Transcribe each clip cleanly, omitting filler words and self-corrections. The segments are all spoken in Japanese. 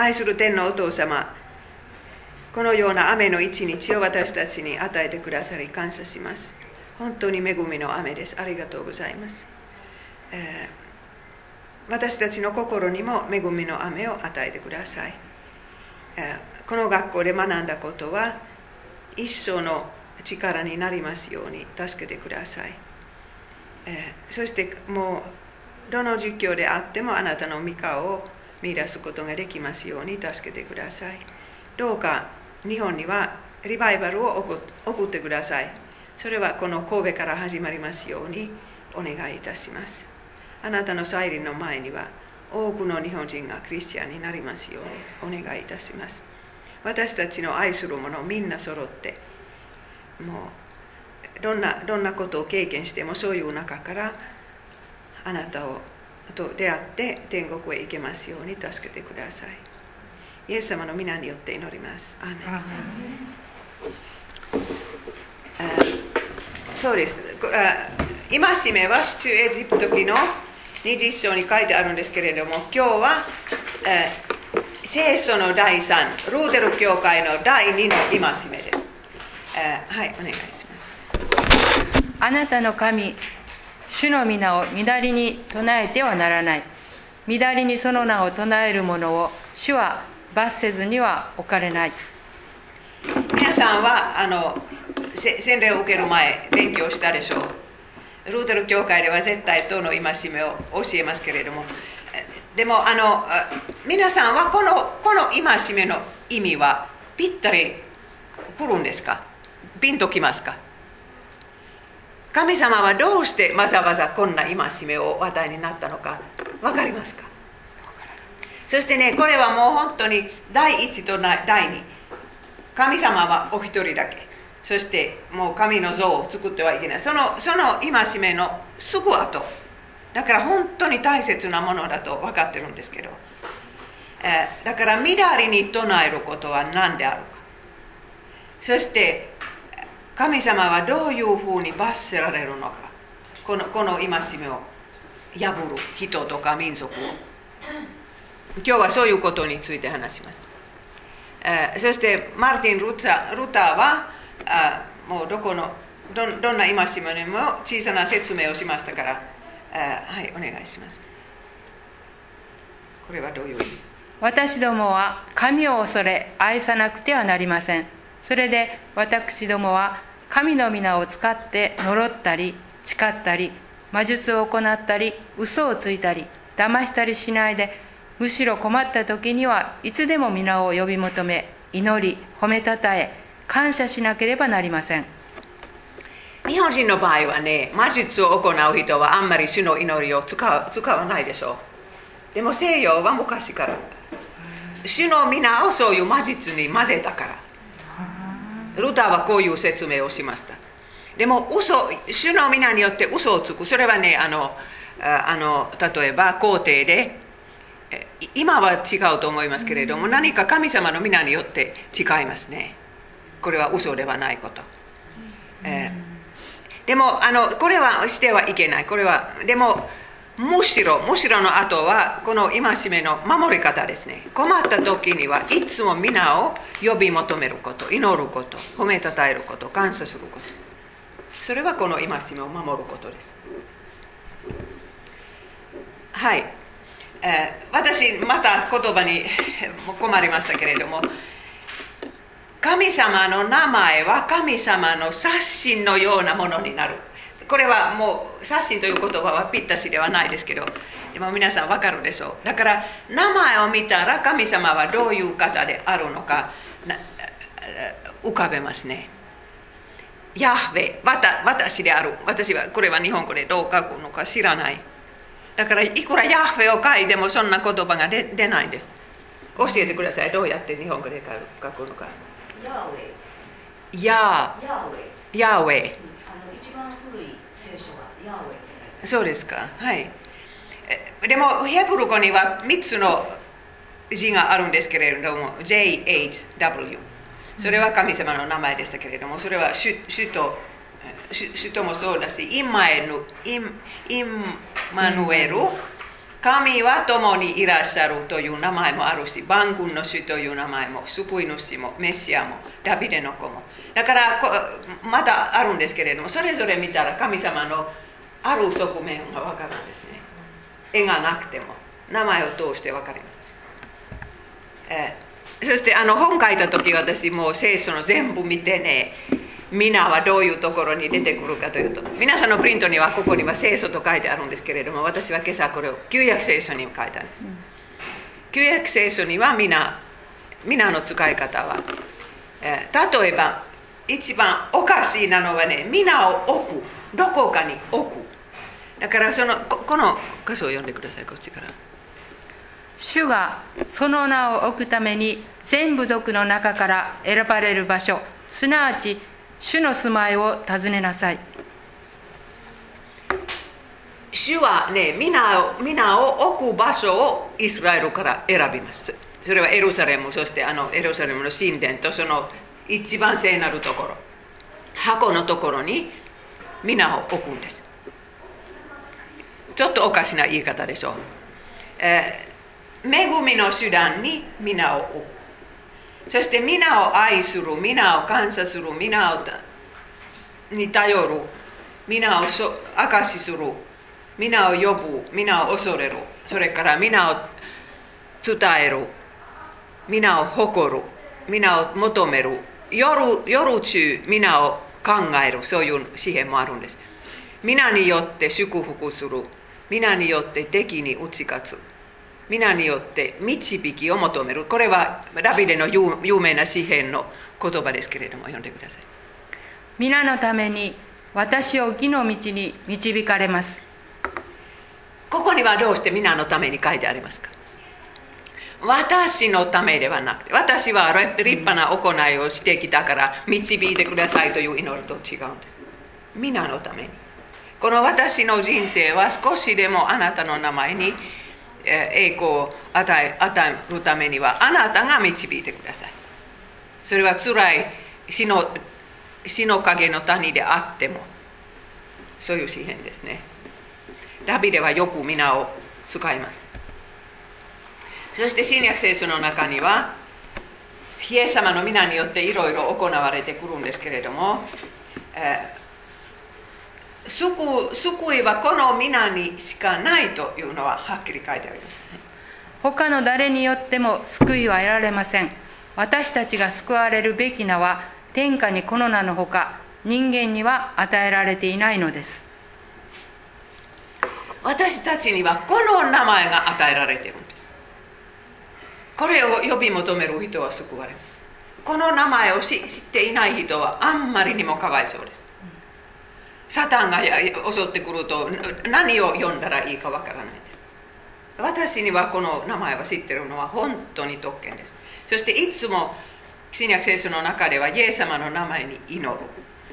愛する天のお父様、このような雨の一日を私たちに与えてくださり感謝します。本当に恵みの雨です。ありがとうございます。私たちの心にも恵みの雨を与えてください。この学校で学んだことは一生の力になりますように助けてください。そしてもうどの実況であってもあなたの御顔を見出すことができますように助けてください。どうか日本にはリバイバルを送ってください。それはこの神戸から始まりますようにお願いいたします。あなたの再臨の前には多くの日本人がクリスチャンになりますようにお願いいたします。私たちの愛する者みんな揃ってもうどんなことを経験してもそういう中からあなたと出会って天国へ行けますように助けてください。イエス様の皆によって祈ります。アーメン。そうです。戒めは出エジプト記の20章に書いてあるんですけれども、今日は、聖書の第3、ルーテル教会の第2の戒めです。はい、お願いします。 あなたの神、主の皆を乱りに唱えてはならない。乱りにその名を唱える者を主は罰せずには置かれない。 皆さんは洗礼を受ける前勉強したでしょう。ルーテル教会では絶対との戒めを教えますけれども、でも皆さんはこの戒めの意味はぴったり来るんですか？ピンときますか？神様はどうしてわざわざこんな戒めをお与えになったのか分かりますか？そしてね、これはもう本当に第一と第二、神様はお一人だけ、そしてもう神の像を作ってはいけない、その戒めのすぐ後だから本当に大切なものだと分かってるんですけど、だから乱りに唱えることは何であるか、そして神様はどういうふうに罰せられるのか、この戒めを破る人とか民族を、今日はそういうことについて話します。そしてマルティン・ルターはもうどんな戒めにも小さな説明をしましたから、はい、お願いします。これはどういう意味？ 私どもは神を恐れ愛さなくてはなりません。それで私どもは神の皆を使って呪ったり誓ったり魔術を行ったり嘘をついたり騙したりしないで、むしろ困った時にはいつでも皆を呼び求め、祈り褒めたたえ感謝しなければなりません。 日本人の場合はね、魔術を行う人はあんまり主の祈りを使わないでしょう。でも西洋は昔から主の皆をそういう魔術に混ぜたから、ルターはこういう説明をしました。でも主の皆によって嘘をつく、それはね、例えば皇帝で今は違うと思いますけれども、何か神様の皆によって違いますね。これは嘘ではないこと。でもこれはしてはいけない。これはでもむしろの後はこの戒めの守り方ですね。困った時にはいつも皆を呼び求めること、祈ること、褒めたたえること、感謝すること、それはこの戒めを守ることです。はい、私また言葉に困りましたけれども、神様の名前は神様の刷新のようなものになる。これはもう刷新という言葉はぴったしではないですけど、でも皆さん分かるでしょう。だから名前を見たら神様はどういう方であるのか浮かべますね。ヤハウェ、私である。私はこれは日本語でどう書くのか知らない。だからいくらヤハウェを書いてもそんな言葉が出ないんです。教えてください。どうやって日本語で書くのか。ヤーウェ。 一番古い聖書はヤーウェって書いてある。 そうですか。はい。でもヘブル語には3つの字があるんですけれども、JHW。それは神様の名前でしたけれども、それは主ともそうだし、インマヌエル、 神は共にいらっしゃるという名前もあるし、万軍の主という名前も、救い主も、メシアも、ダビデの子も。だからまだあるんですけれども、それぞれ見たら神様のある側面が分かるんですね。絵がなくても名前を通して分かります。そして本書いた時私もう聖書の全部見てね、皆はどういうところに出てくるかというと、皆さんのプリントにはここには聖書と書いてあるんですけれども、私は今朝これを旧約聖書に書いたんです。旧約聖書には皆の使い方は、例えば一番おかしいなのはね、皆を置く、どこかに置く。だからこの箇所を読んでください。こっちから。 主がその名を置くために全部族の中から選ばれる場所、すなわち主の住まいを訪ねなさい。 主はね、皆を置く場所をイスラエルから選びます。それはエルサレム、そしてエルサレムの神殿とその一番聖なるところ、箱のところに皆を置くんです。ちょっとおかしな言い方でしょう。恵みの手段に皆を置く。そして皆を愛する、皆を感謝する、皆に頼る、皆を証しする、皆を呼ぶ、皆を恐れる、それから皆を伝える、皆を誇る、皆を求める、夜中皆を考える、そういう詩篇もあるんです。皆によって祝福する、皆によって敵に打ち勝つ、皆によって導きを求める。これはダビデの有名な詩篇の言葉ですけれども、読んでください。 皆のために私を義の道に導かれます。 ここにはどうして皆のために書いてありますか？私のためではなくて、私は立派な行いをしてきたから導いてくださいという祈りと違うんです。皆のために。この私の人生は少しでもあなたの名前に栄光を与えるためにはあなたが導いてください。それは辛い死の影の谷であっても、そういう詩篇ですね。ダビデはよく皆を使います。そして新約聖書の中にはイエス様の皆によっていろいろ行われてくるんですけれども、救いはこの皆にしかないというのははっきり書いてありますね。 他の誰によっても救いは得られません。私たちが救われるべき名は天下にこの名のほか人間には与えられていないのです。 私たちにはこの名前が与えられているんです。これを呼び求める人は救われます。この名前を知っていない人はあんまりにもかわいそうです。サタンが襲ってくると何を呼んだらいいかわからないです。私にはこの名前を知っているのは本当に特権です。そしていつも新約聖書の中ではイエス様の名前に祈る。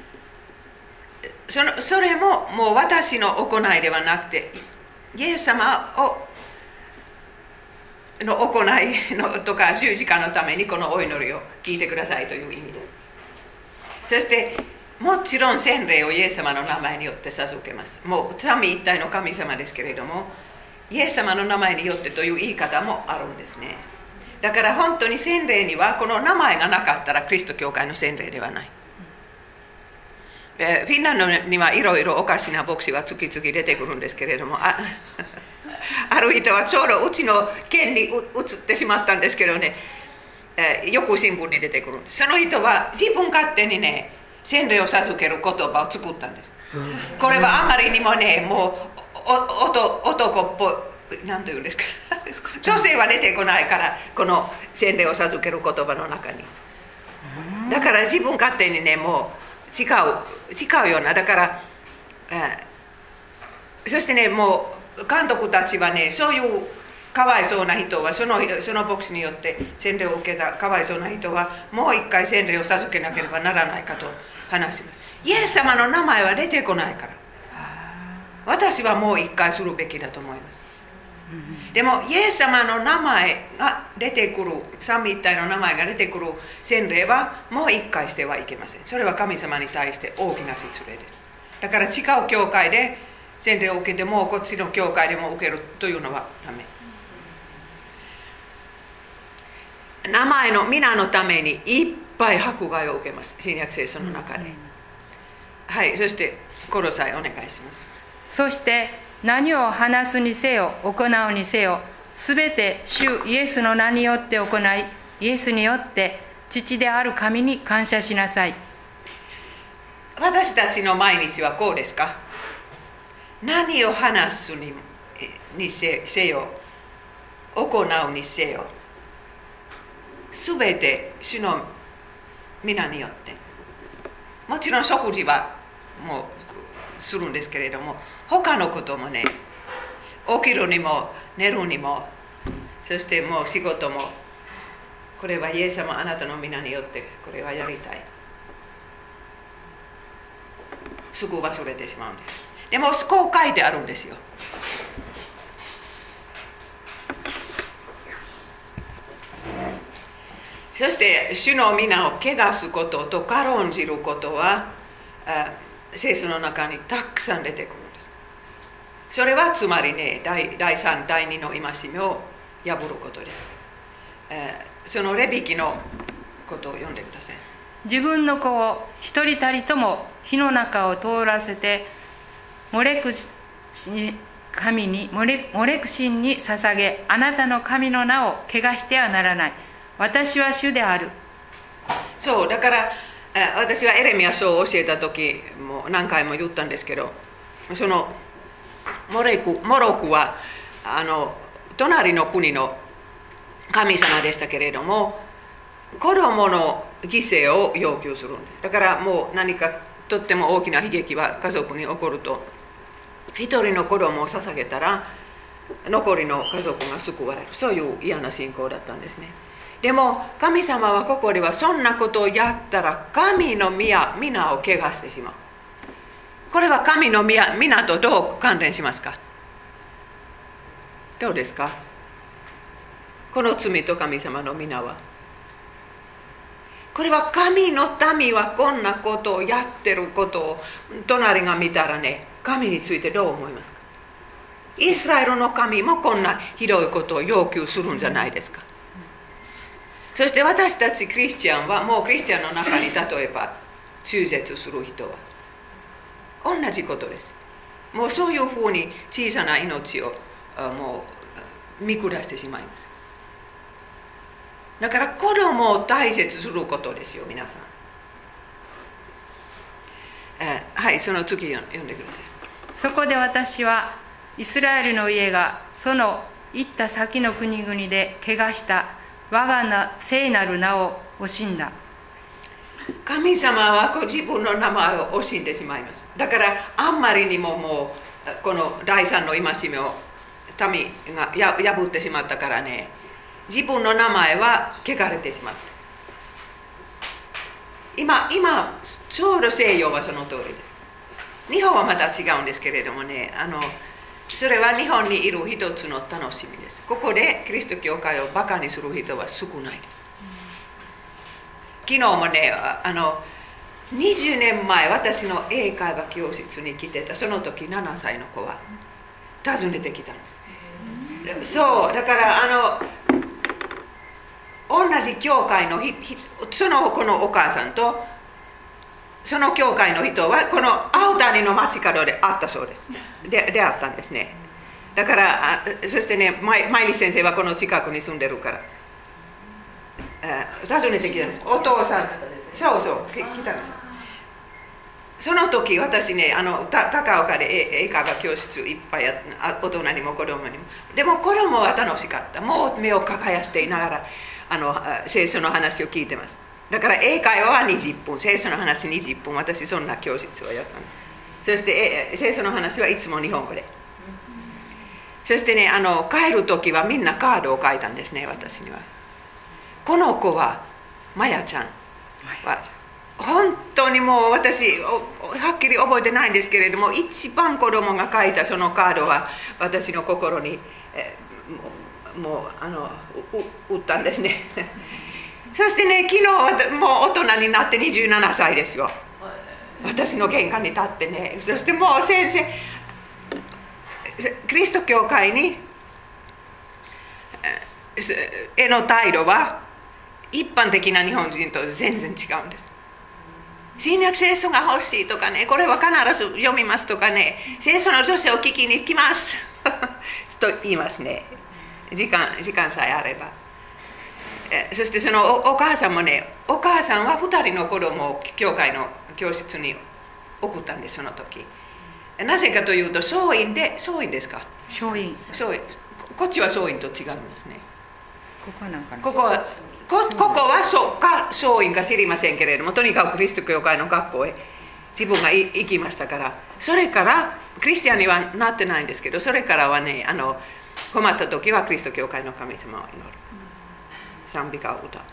それももう私の行いではなくて、イエス様の行いのとか十字架のためにこのお祈りを聞いてくださいという意味です。そしてもちろん洗礼をイエス様の名前によって授けます。もう三位一体の神様ですけれども、イエス様の名前によってという言い方もあるんですね。だから本当に洗礼にはこの名前がなかったらキリスト教会の洗礼ではない。フィンランドにはいろいろおかしな牧師が次々出てくるんですけれども、ある人はちょうどうちの県に移ってしまったんですけどね、よく新聞に出てくるんです。その人は自分勝手にね、洗礼を授ける言葉を作ったんです。これはあまりにもね、もう男っぽい、何というんですか女性は出てこないから、この洗礼を授ける言葉の中に。だから自分勝手にね、もう違うような、だから、そしてね、もう監督たちはね、そういうかわいそうな人はその牧師によって洗礼を受けたかわいそうな人はもう一回洗礼を授けなければならないかと話します。イエス様の名前は出てこないから、私はもう一回するべきだと思います。でもイエス様の名前が出てくる、三位一体の名前が出てくる洗礼はもう一回してはいけません。それは神様に対して大きな失礼です。だから違う教会で洗礼を受けてもこっちの教会でも受けるというのはダメ。名前の皆のためにいっぱい迫害を受けます、新約聖書の中で。はい、そしてコロサイお願いします。 そして何を話すにせよ行うにせよ、すべて主イエスの名によって行い、イエスによって父である神に感謝しなさい。 私たちの毎日はこうですか？何を話すにせよ行うにせよ、すべて主の皆によって。もちろん食事はもうするんですけれども、他のこともね、起きるにも寝るにも、そしてもう仕事も、これはイエス様あなたの皆によってこれはやりたい。すぐ忘れてしまうんです。でもこう書いてあるんですよ。そして主の皆を汚すことと軽んじることは聖書の中にたくさん出てくるんです。それはつまりね、第3、第2の戒めを破ることです。そのレビ記のことを読んでください。 自分の子を一人たりとも火の中を通らせてモレク神にモレク神に捧げ、あなたの神の名を汚してはならない。私は主である。 そうだから私はエレミヤ書を教えた時も何回も言ったんですけど、そのモロクは隣の国の神様でしたけれども、子供の犠牲を要求するんです。だからもう何かとっても大きな悲劇は家族に起こると、一人の子供を捧げたら残りの家族が救われる、そういう嫌な信仰だったんですね。でも神様はここではそんなことをやったら神の皆を汚してしまう。これは神の皆とどう関連しますか？どうですか？この罪と神様の皆は、これは神の民はこんなことをやってることを隣が見たらね、神についてどう思いますか？イスラエルの神もこんなひどいことを要求するんじゃないですか。そして私たちクリスチャンは、もうクリスチャンの中に例えば中絶する人は同じことです。もうそういうふうに小さな命をもう見下してしまいます。だから子供を大切することですよ、皆さん。はい、その次読んでください。 そこで私はイスラエルの家がその行った先の国々で汚した我が聖なる名を惜しんだ。 神様は自分の名前を惜しんでしまいます。だからあんまりにももうこの第3の戒めを民が破ってしまったからね、自分の名前は汚れてしまった。今ちょうど西洋はその通りです。日本はまた違うんですけれどもね、それは日本にいる一つの楽しみです。ここでキリスト教会をバカにする人は少ないです。昨日もね、20年前私の英会話教室に来てたその時7歳の子は訪ねてきたんです。そうだから同じ教会のその子のお母さんとその教会の人はこの青谷の街角で会ったそうです。出会ったんですね。だからそしてね、マイリ先生はこの近くに住んでるから訪ねてきたんです。お父さん、そう来たんです。その時私ね、高岡で英会話教室いっぱい大人にも子供にも。でも子供は楽しかった。もう目を輝していながら聖書の話を聞いてます。だから英会話は20分、聖書の話20分、私そんな教室をやったんです。そして聖書の話はいつも日本語で。そしてね、帰る時はみんなカードを書いたんですね、私には。この子はマヤちゃんは本当にもう私はっきり覚えてないんですけれども、一番子供が書いたそのカードは私の心にもう打ったんですね。そしてね、昨日はもう大人になって27歳ですよ。私の玄関に立ってね、そしてもう先生キリスト教会にへの態度は一般的な日本人と全然違うんです。新約聖書が欲しいとかね、これは必ず読みますとかね、聖書の助手を聞きに行きますと言いますね。時間さえあれば。そしてそのお母さんもね、お母さんは2人の子供を教会の教室に送ったんです、その時。なぜかというと、総員ですか？ 総員。 こっちは総員と違いますね。 ここなんかな。 ここは総員か知りませんけれども、とにかくキリスト教会の学校へ自分が行きましたから、それからクリスチャンにはなってないんですけど、それからはね、困った時はキリスト教会の神様を祈る、賛美歌を歌う。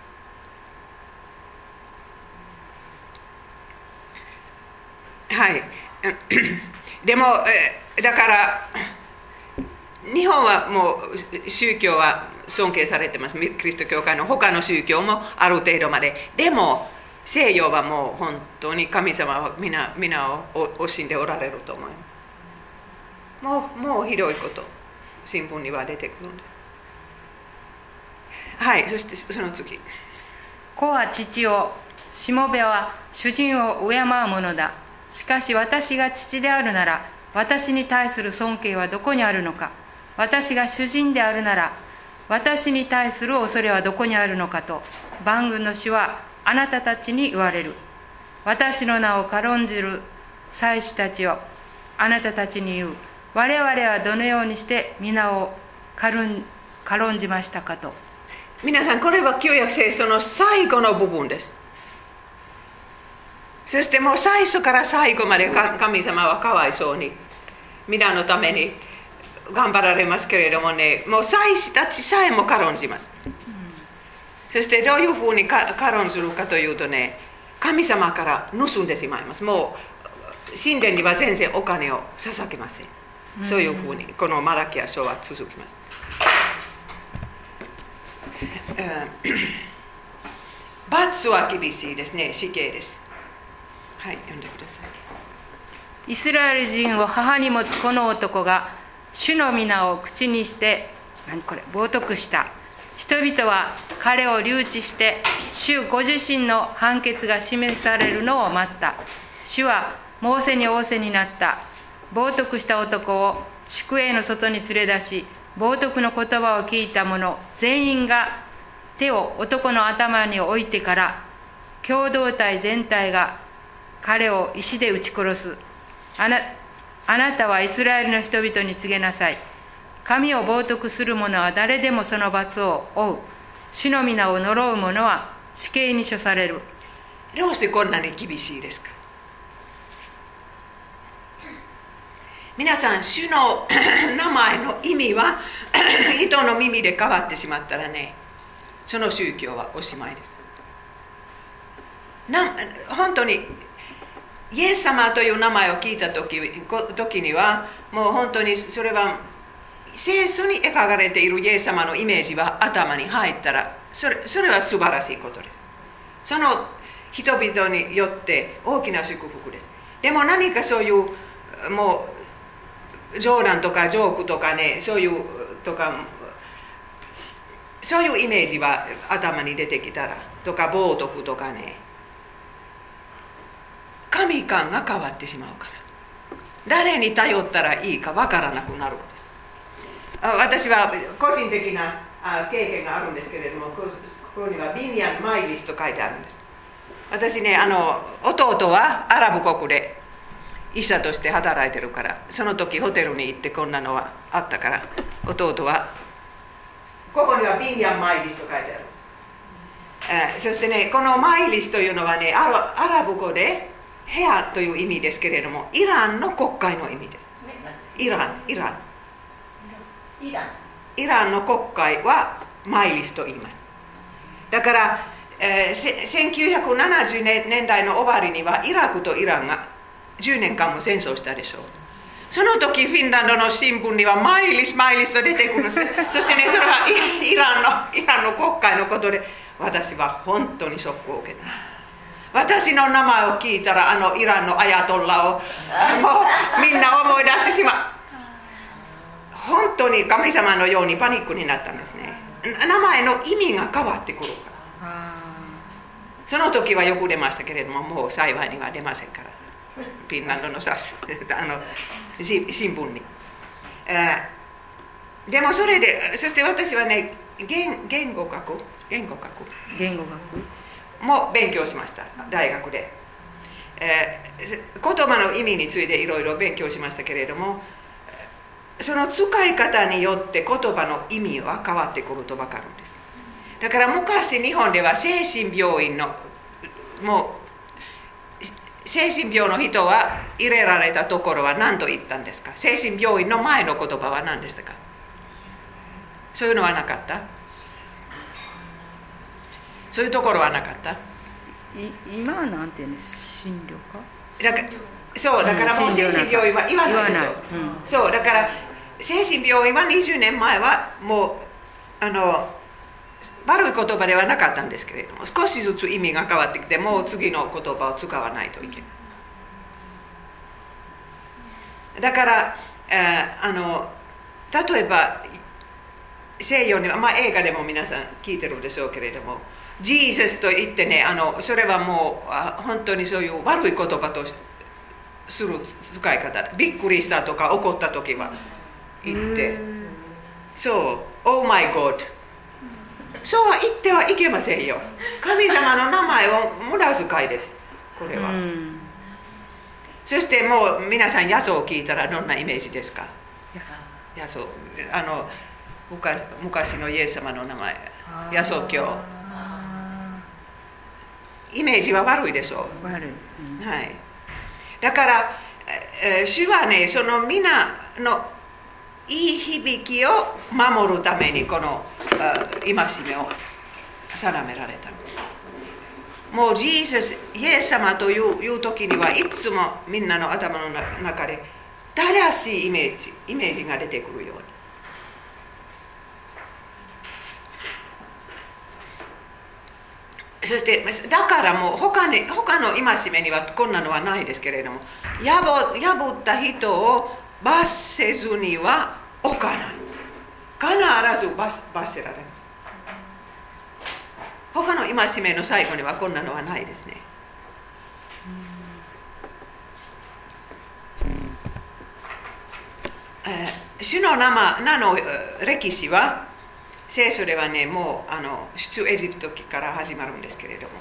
はい。でもだから日本はもう宗教は尊敬されてます。キリスト教会の他の宗教もある程度まで。でも西洋はもう本当に神様は皆を惜しんでおられると思います。もうひどいこと新聞には出てくるんです。はい。そしてその次、 子は父を、しもべは主人を敬うものだ。しかし私が父であるなら、私に対する尊敬はどこにあるのか。私が主人であるなら、私に対する恐れはどこにあるのかと、万軍の主はあなたたちに言われる。私の名を軽んじる祭司たちをあなたたちに言う。我々はどのようにして皆を軽んじましたかと。 皆さん、これは旧約聖書の最後の部分です。そしてもう最初から最後まで神様はかわいそうに皆のために頑張られますけれどもね、もう祭司たちさえも軽んじます。そしてどういうふうに軽んずるかというとね、神様から盗んでしまいます。もう神殿には全然お金を捧げません。そういうふうにこのマラキア書は続きます。罰は厳しいですね。死刑です。はい、読んでください。 イスラエル人を母に持つこの男が主の皆を口にして冒涜した。人々は彼を留置して主ご自身の判決が示されるのを待った。主はモーセに仰せになった。冒涜した男を宿営の外に連れ出し、冒涜の言葉を聞いた者全員が手を男の頭に置いてから、共同体全体が彼を石で撃ち殺す。あなたはイスラエルの人々に告げなさい。神を冒涜する者は誰でもその罰を負う。主の皆を呪う者は死刑に処される。 どうしてこんなに厳しいですか？皆さん、主の名前の意味は人の耳で変わってしまったらね、その宗教はおしまいです。本当にイエス様という名前を聞いた時にはもう本当にそれは聖書に描かれているイエス様のイメージは頭に入ったらそれは素晴らしいことです。その人々によって大きな祝福です。でも何かそういうもう冗談とかジョークとかね、そういうイメージは頭に出てきたらとか冒涜とかね、神感が変わってしまうから、誰に頼ったらいいかわからなくなるんです。私は個人的な経験があるんですけれども、ここにはビンヤン・マイリスと書いてあるんです。私ね、弟はアラブ国で医者として働いてるから、その時ホテルに行ってこんなのはあったから、弟はここにはビンヤン・マイリスと書いてある。そしてね、このマイリスというのはね、アラブ語で部屋という意味ですけれども、イランの国会の意味です。イランの国会はマイリスと言います。だから、1970年代の終わりにはイラクとイランが10年間も戦争したでしょう。その時フィンランドの新聞にはマイリスと出てくるんです。そしてね、それはイランの国会のことで、私は本当にショックを受けた。私の名前を聞いたらイランのアヤトッラをもうみんな思い出してしまう。 当に神様のようにパニックになったんですね。名前の意味が変わってくるから。その時はよく出ましたけれども、もう幸いには出ませんから、フィンランドの新聞に。でもそれで、そして私はね、言語学も勉強しました、大学で。言葉の意味についていろいろ勉強しましたけれども、その使い方によって言葉の意味は変わってくると分かるんです。だから昔日本では精神病院のもう精神病の人は入れられたところは何と言ったんですか？精神病院の前の言葉は何でしたか？そういうのはなかった？そういうところはなかった？ 今はなんていうの、診療科？ だからもう精神病院は言わないでしょ。そうだから精神病院は20年前はもう悪い言葉ではなかったんですけれども、少しずつ意味が変わってきて、もう次の言葉を使わないといけない。だから例えば西洋には、映画でも皆さん聞いてるでしょうけれども、ジーザスと言ってね、それはもう本当にそういう悪い言葉とする使い方、びっくりしたとか怒った時は言って、そう、Oh my God、そうは言ってはいけませんよ。神様の名前を無駄遣いです、これは。そしてもう皆さん、ヤソを聞いたらどんなイメージですか？ヤソ、昔のイエス様の名前、ヤソ教。イメージは悪いでしょう。 悪い。 はい。だから、主はね、その皆のいい響きを守るためにこの戒めを定められた。もうジーザス、イエス様という時にはいつもみんなの頭の中で正しいイメージが出てくるように。そしてだからもう他の戒めにはこんなのはないですけれども、破った人を罰せずにはおかない。必ず罰せられます。他の戒めの最後にはこんなのはないですね。主の名の歴史は聖書ではね、もう出エジプト期から始まるんですけれども、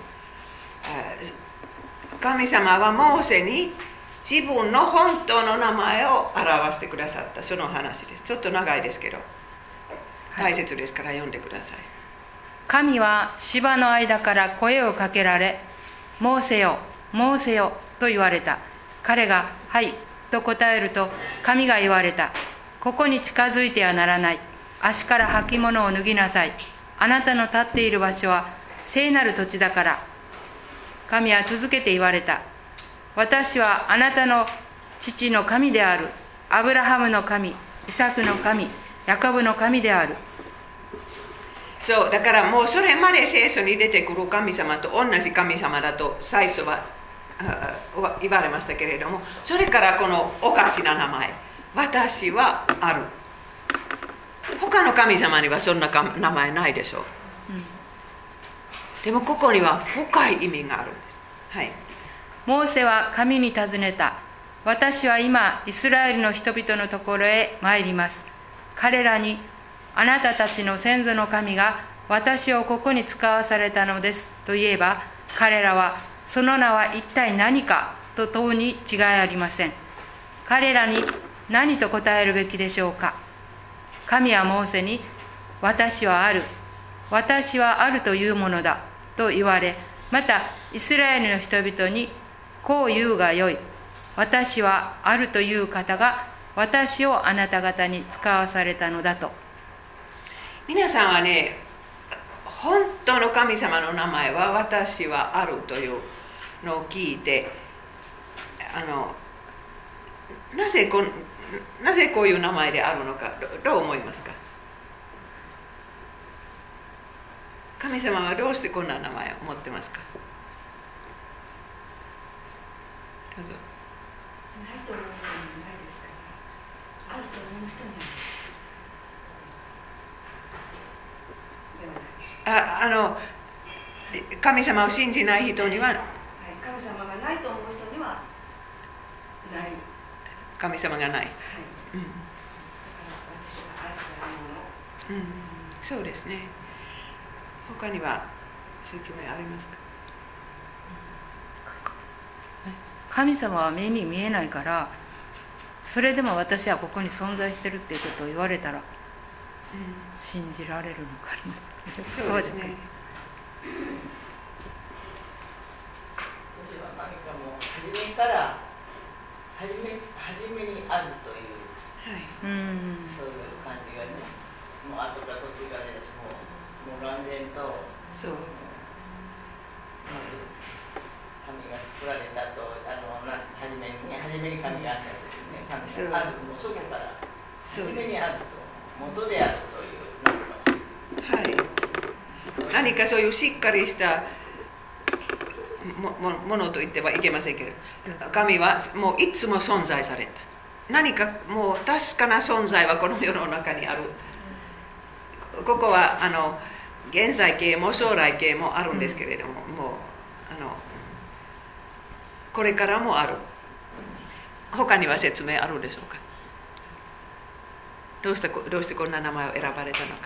神様はモーセに自分の本当の名前を表してくださった、その話です。ちょっと長いですけど大切ですから読んでください。 神は芝の間から声をかけられ、モーセよ、モーセよと言われた。彼がはいと答えると、神が言われた。ここに近づいてはならない。足から履物を脱ぎなさい。あなたの立っている場所は聖なる土地だから。神は続けて言われた。私はあなたの父の神である。アブラハムの神、イサクの神、ヤコブの神である。 そうだからもうそれまで聖書に出てくる神様と同じ神様だと最初は言われましたけれども、それからこのおかしな名前、私はある。他の神様にはそんな名前ないでしょう、でもここには深い意味があるんです。はい。 モーセは神に尋ねた。私は今イスラエルの人々のところへ参ります。彼らに、あなたたちの先祖の神が私をここに使わされたのですと言えば、彼らはその名は一体何かと問うに違いありません。彼らに何と答えるべきでしょうか。神はモーセに、私はある、私はあるというものだと言われ、またイスラエルの人々にこう言うがよい。私はあるという方が私をあなた方に使わされたのだと。 皆さんはね、本当の神様の名前は私はあるというのを聞いて、なぜこういう名前であるのか、どう思いますか？神様はどうしてこんな名前を持ってますか？どうぞ。 ないと思う人にはないですから、あると思う人には神様を信じない人には、 はい、神様がないと思う人にはない。 神様がない。 はい。 うん、 だから私があるというもの。 そうですね。他には説明ありますか？ 神様は目に見えないから、それでも私はここに存在してるっていうことを言われたら信じられるのかな。 そうですね。 私は何かもう初めから初めにあるという、 はい、 そういう感じがね、もう後か途中かです。もう乱然とそう。 神が作られたと初めに神があったというね、神がある、もうそこから初めにあると、元であるというはい、何かそういうしっかりしたものと言ってはいけませんけど、神はもういつも存在された。何かもう確かな存在はこの世の中にある。ここは現在形も将来形もあるんですけれども、もうこれからもある。他には説明あるでしょうか？どうしてこんな名前を選ばれたのか。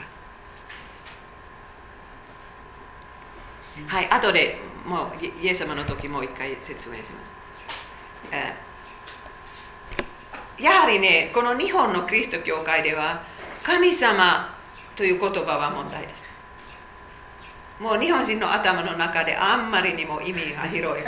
はい、後でもうイエス様の時もう一回説明します。やはりね、この日本のキリスト教会では神様という言葉は問題です。もう日本人の頭の中であんまりにも意味が広い。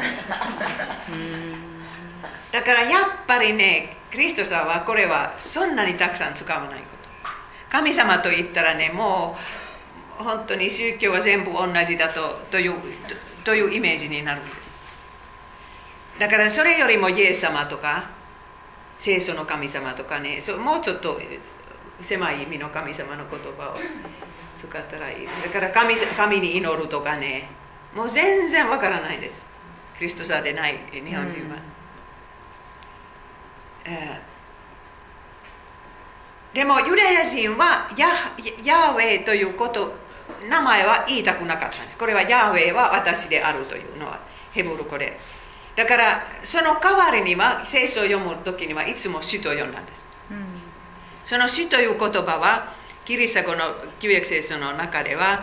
だからやっぱりね、キリストさんはこれはそんなにたくさん使わないこと。神様と言ったらね、もう本当に宗教は全部同じだというイメージになるんです。だからそれよりもイエス様とか聖書の神様とかね、もうちょっと狭い意味の神様の言葉を使ったらいい。だから神に祈るとかね、もう全然わからないです。キリスト者でない日本人は。でもユダヤ人はヤーウェイという名前は言いたくなかったんです。これはヤーウェイは私であるというのはヘブル語で。だからその代わりには聖書を読む時にはいつも主と呼んだんです。その主という言葉はキリスト教の旧約聖書の中では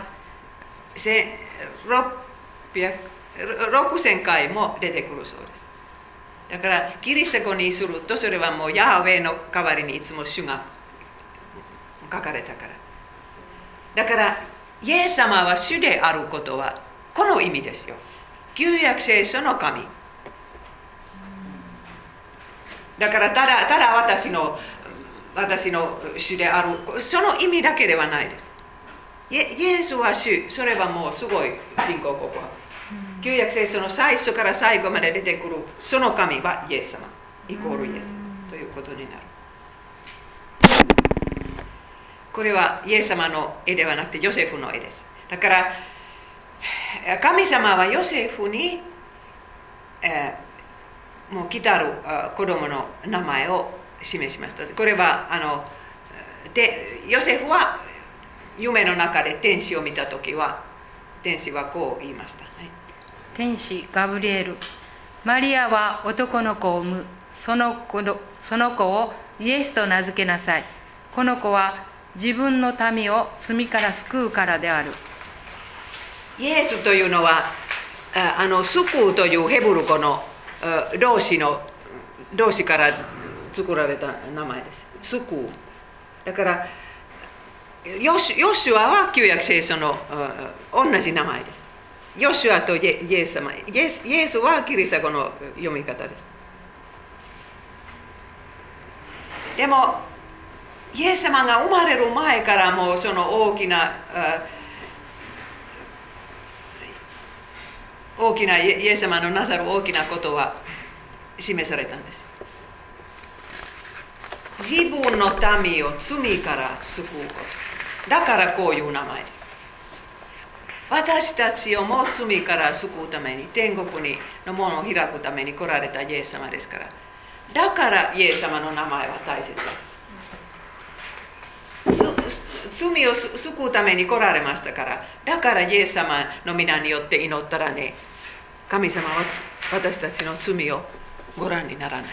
6000回も出てくるそうです。だからキリスト教にするとそれはもうヤーウェイの代わりにいつも主が書かれたから。だからイエス様は主であることはこの意味ですよ。旧約聖書の神。だからただ私の主である、その意味だけではないです。イエスは主、それはもうすごい信仰告白。旧約聖書の最初から最後まで出てくるその神はイエス様イコールイエスということになる。これはイエス様の絵ではなくてヨセフの絵です。だから神様はヨセフに、もう来たる子供の名前を示しました。これはヨセフは夢の中で天使を見たときは天使はこう言いました、はい、 天使ガブリエル、マリアは男の子を産む。その子をイエスと名付けなさい。この子は自分の民を罪から救うからである。 イエスというのは救うというヘブル語の動詞から作られた名前です。救う。だからヨシュアは旧約聖書の同じ名前です。ヨシュアとイエス様。イエスはキリスト語の読み方です。でもイエス様が生まれる前からもうその大きなイエス様のなさる大きなことは示されたんです。自分の民を罪から救うこと。だからこういう名前です。私たちをも罪から救うために天国の門を開くために来られたイエス様ですから。だからイエス様の名前は大切だ。 罪を救うために来られましたから、だからイエス様の皆によって祈ったらね、神様は私たちの罪をご覧にならない。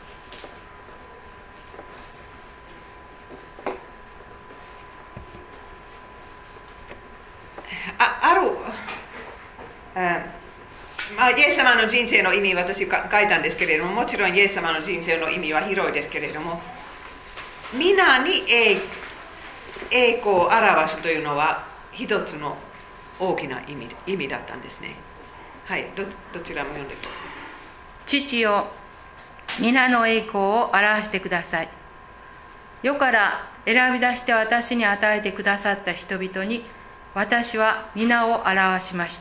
イエス様の人生の意味、私書いたんですけれども、もちろんイエス様の人生の意味は広いですけれども、皆に栄光を表すというのは一つの大きな意味だったんですね。はい、どちらも読んでください。 父よ、皆の栄光を表してください。世から選び出して私に与えてくださった人々に、私は皆を表しました。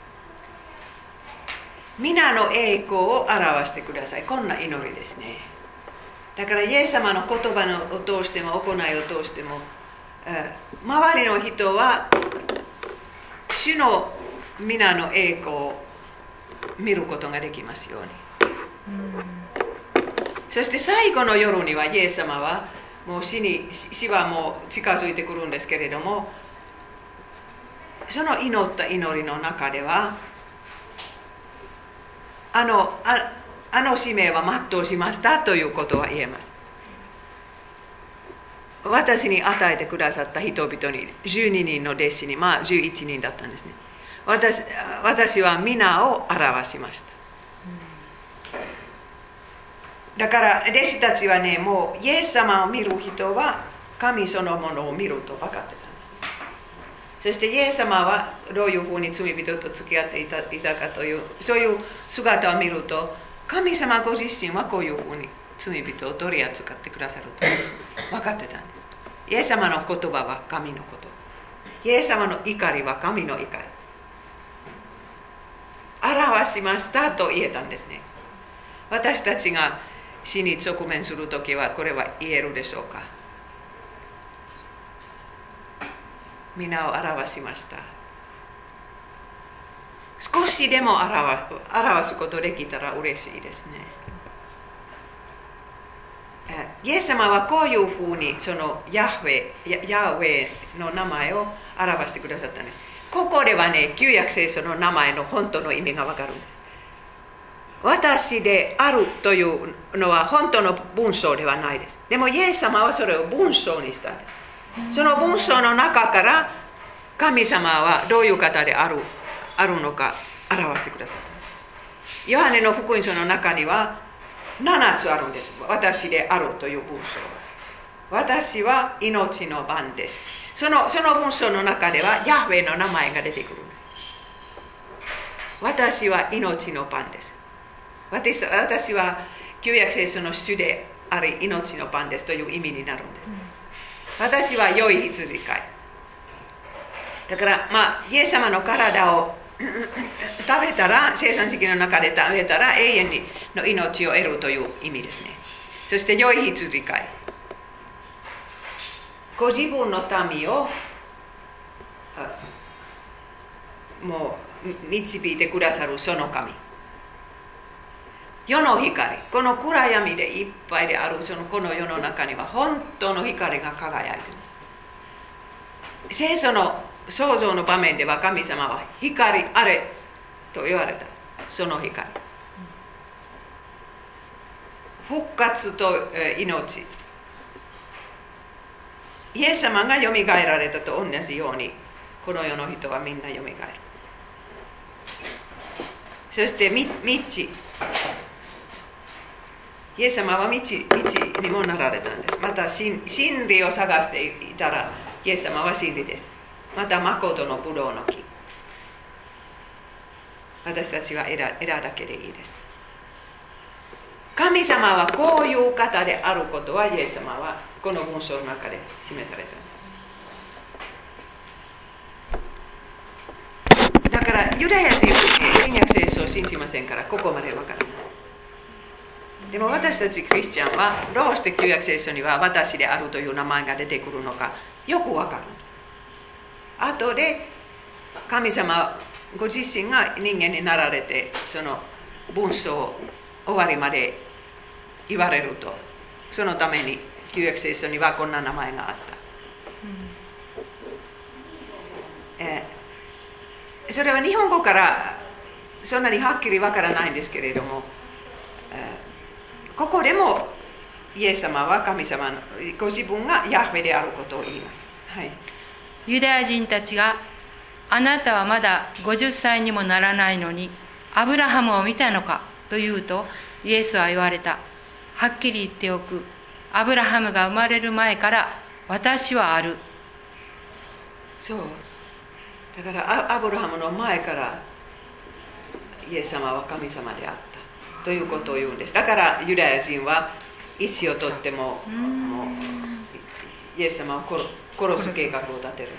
皆の栄光を表してください。こんな祈りですね。だからイエス様の言葉を通しても行いを通しても、周りの人は主の皆の栄光を見ることができますように。そして最後の夜にはイエス様はもう死はもう近づいてくるんですけれども、その祈った祈りの中ではあの使命は全うしましたということは言えます。私に与えてくださった人々に、12人の弟子に、11人だったんですね。私は皆を表しました。だから弟子たちはね、もうイエス様を見る人は神そのものを見ると分かってたんです。そしてイエス様はどういうふうに罪人と付き合っていたかという、そういう姿を見ると、神様ご自身はこういうふうに罪人を取り扱ってくださると分かってたんです。イエス様の言葉は神の言葉。イエス様の怒りは神の怒り。表しましたと言えたんですね。私たちが死に直面するときはこれは言えるでしょうか。皆を表しました。少しでも表すことできたら嬉しいですね。イエス様はこういうふうにそのヤハウェの名前を表してくださったんです。ここではね、旧約聖書の名前の本当の意味がわかるんです。私であるというのは本当の文章ではないです。でもイエス様はそれを文章にしたんです。その文章の中から神様はどういう方であるのか表してくださった。ヨハネの福音書の中には7つあるんです。私であるという文章は。私は命の番です。その文章の中ではヤハウェの名前が出てくるんです。私は命の番です。私は旧約聖書の主であり命の番ですという意味になるんです。私は良い羊飼い。だからイエス様の体を食べたら、生産式の中で食べたら永遠の命を得るという意味ですね。そして良い羊飼い。ご自分の民をもう導いてくださるその神。世の光、この暗闇でいっぱいであるこの世の中には本当の光が輝いています。聖書の創造の場面では神様は光あれと言われた。その光。復活と命。イエス様がよみがえられたと同じように、この世の人はみんなよみがえる。そして道。イエス様は道にもなられたんです。また真理を探していたら、イエス様は真理です。また誠のブドウの木。私たちは枝だけでいいです。神様はこういう方であることは、イエス様はこの文章の中で示されたんです。だからユダヤ人は新約聖書を信じませんから、ここまでわからない。でも私たちクリスチャンはどうして旧約聖書には私であるという名前が出てくるのかよくわかるんです。後で神様ご自身が人間になられて、その文章を終わりまで言われると、そのために旧約聖書にはこんな名前があった。 それは日本語からそんなにはっきりわからないんですけれども、ここでもイエス様は神様のご自分がヤハウェであることを言います。はい、 ユダヤ人たちが、あなたはまだ50歳にもならないのにアブラハムを見たのかと言うと、イエスは言われた。はっきり言っておく。アブラハムが生まれる前から私はある。 そうだからアブラハムの前からイエス様は神様であったということを言うんです。だからユダヤ人は石を取ってもイエス様を殺す計画を立てるんです。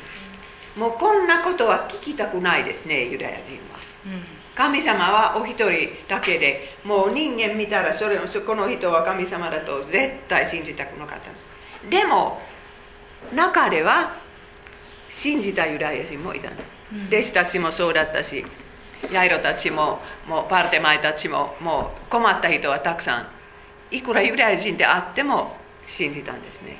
もうこんなことは聞きたくないですね、ユダヤ人は。神様はお一人だけで、もう人間見たらこの人は神様だと絶対信じたくなかったんです。でも中では信じたユダヤ人もいたんです。弟子たちもそうだったし、ヤイロたちもパルテマイたちも、もう困った人はたくさん、いくらユダヤ人であっても信じたんですね。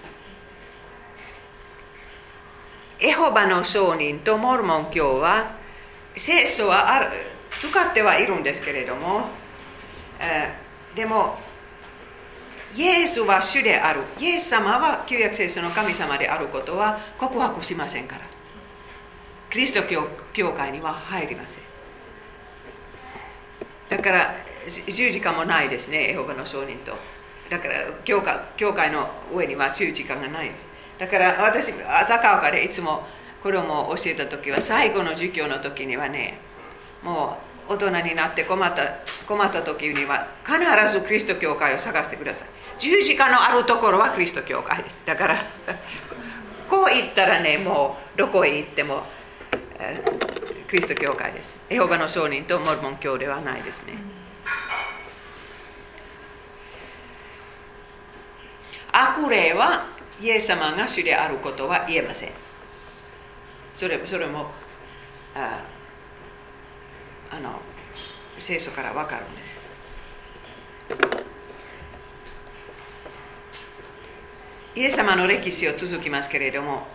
エホバの証人とモルモン教は聖書は使ってはいるんですけれども、でもイエスは主である、イエス様は旧約聖書の神様であることは告白しませんから、キリスト教会には入りません。だから十字架もないですね、エホバの証人と。だから教会の上には十字架がない。だから私、高岡でいつもこれをも教えた時は、最後の授業の時にはね、もう大人になって困った時には必ずキリスト教会を探してください。十字架のあるところはキリスト教会です。だからこう言ったらね、もうどこへ行ってもキリスト教会です。エホバの証人とモルモン教ではないですね。悪霊はイエス様が主であることは言えません。それも聖書から分かるんです。イエス様の歴史を続きますけれども、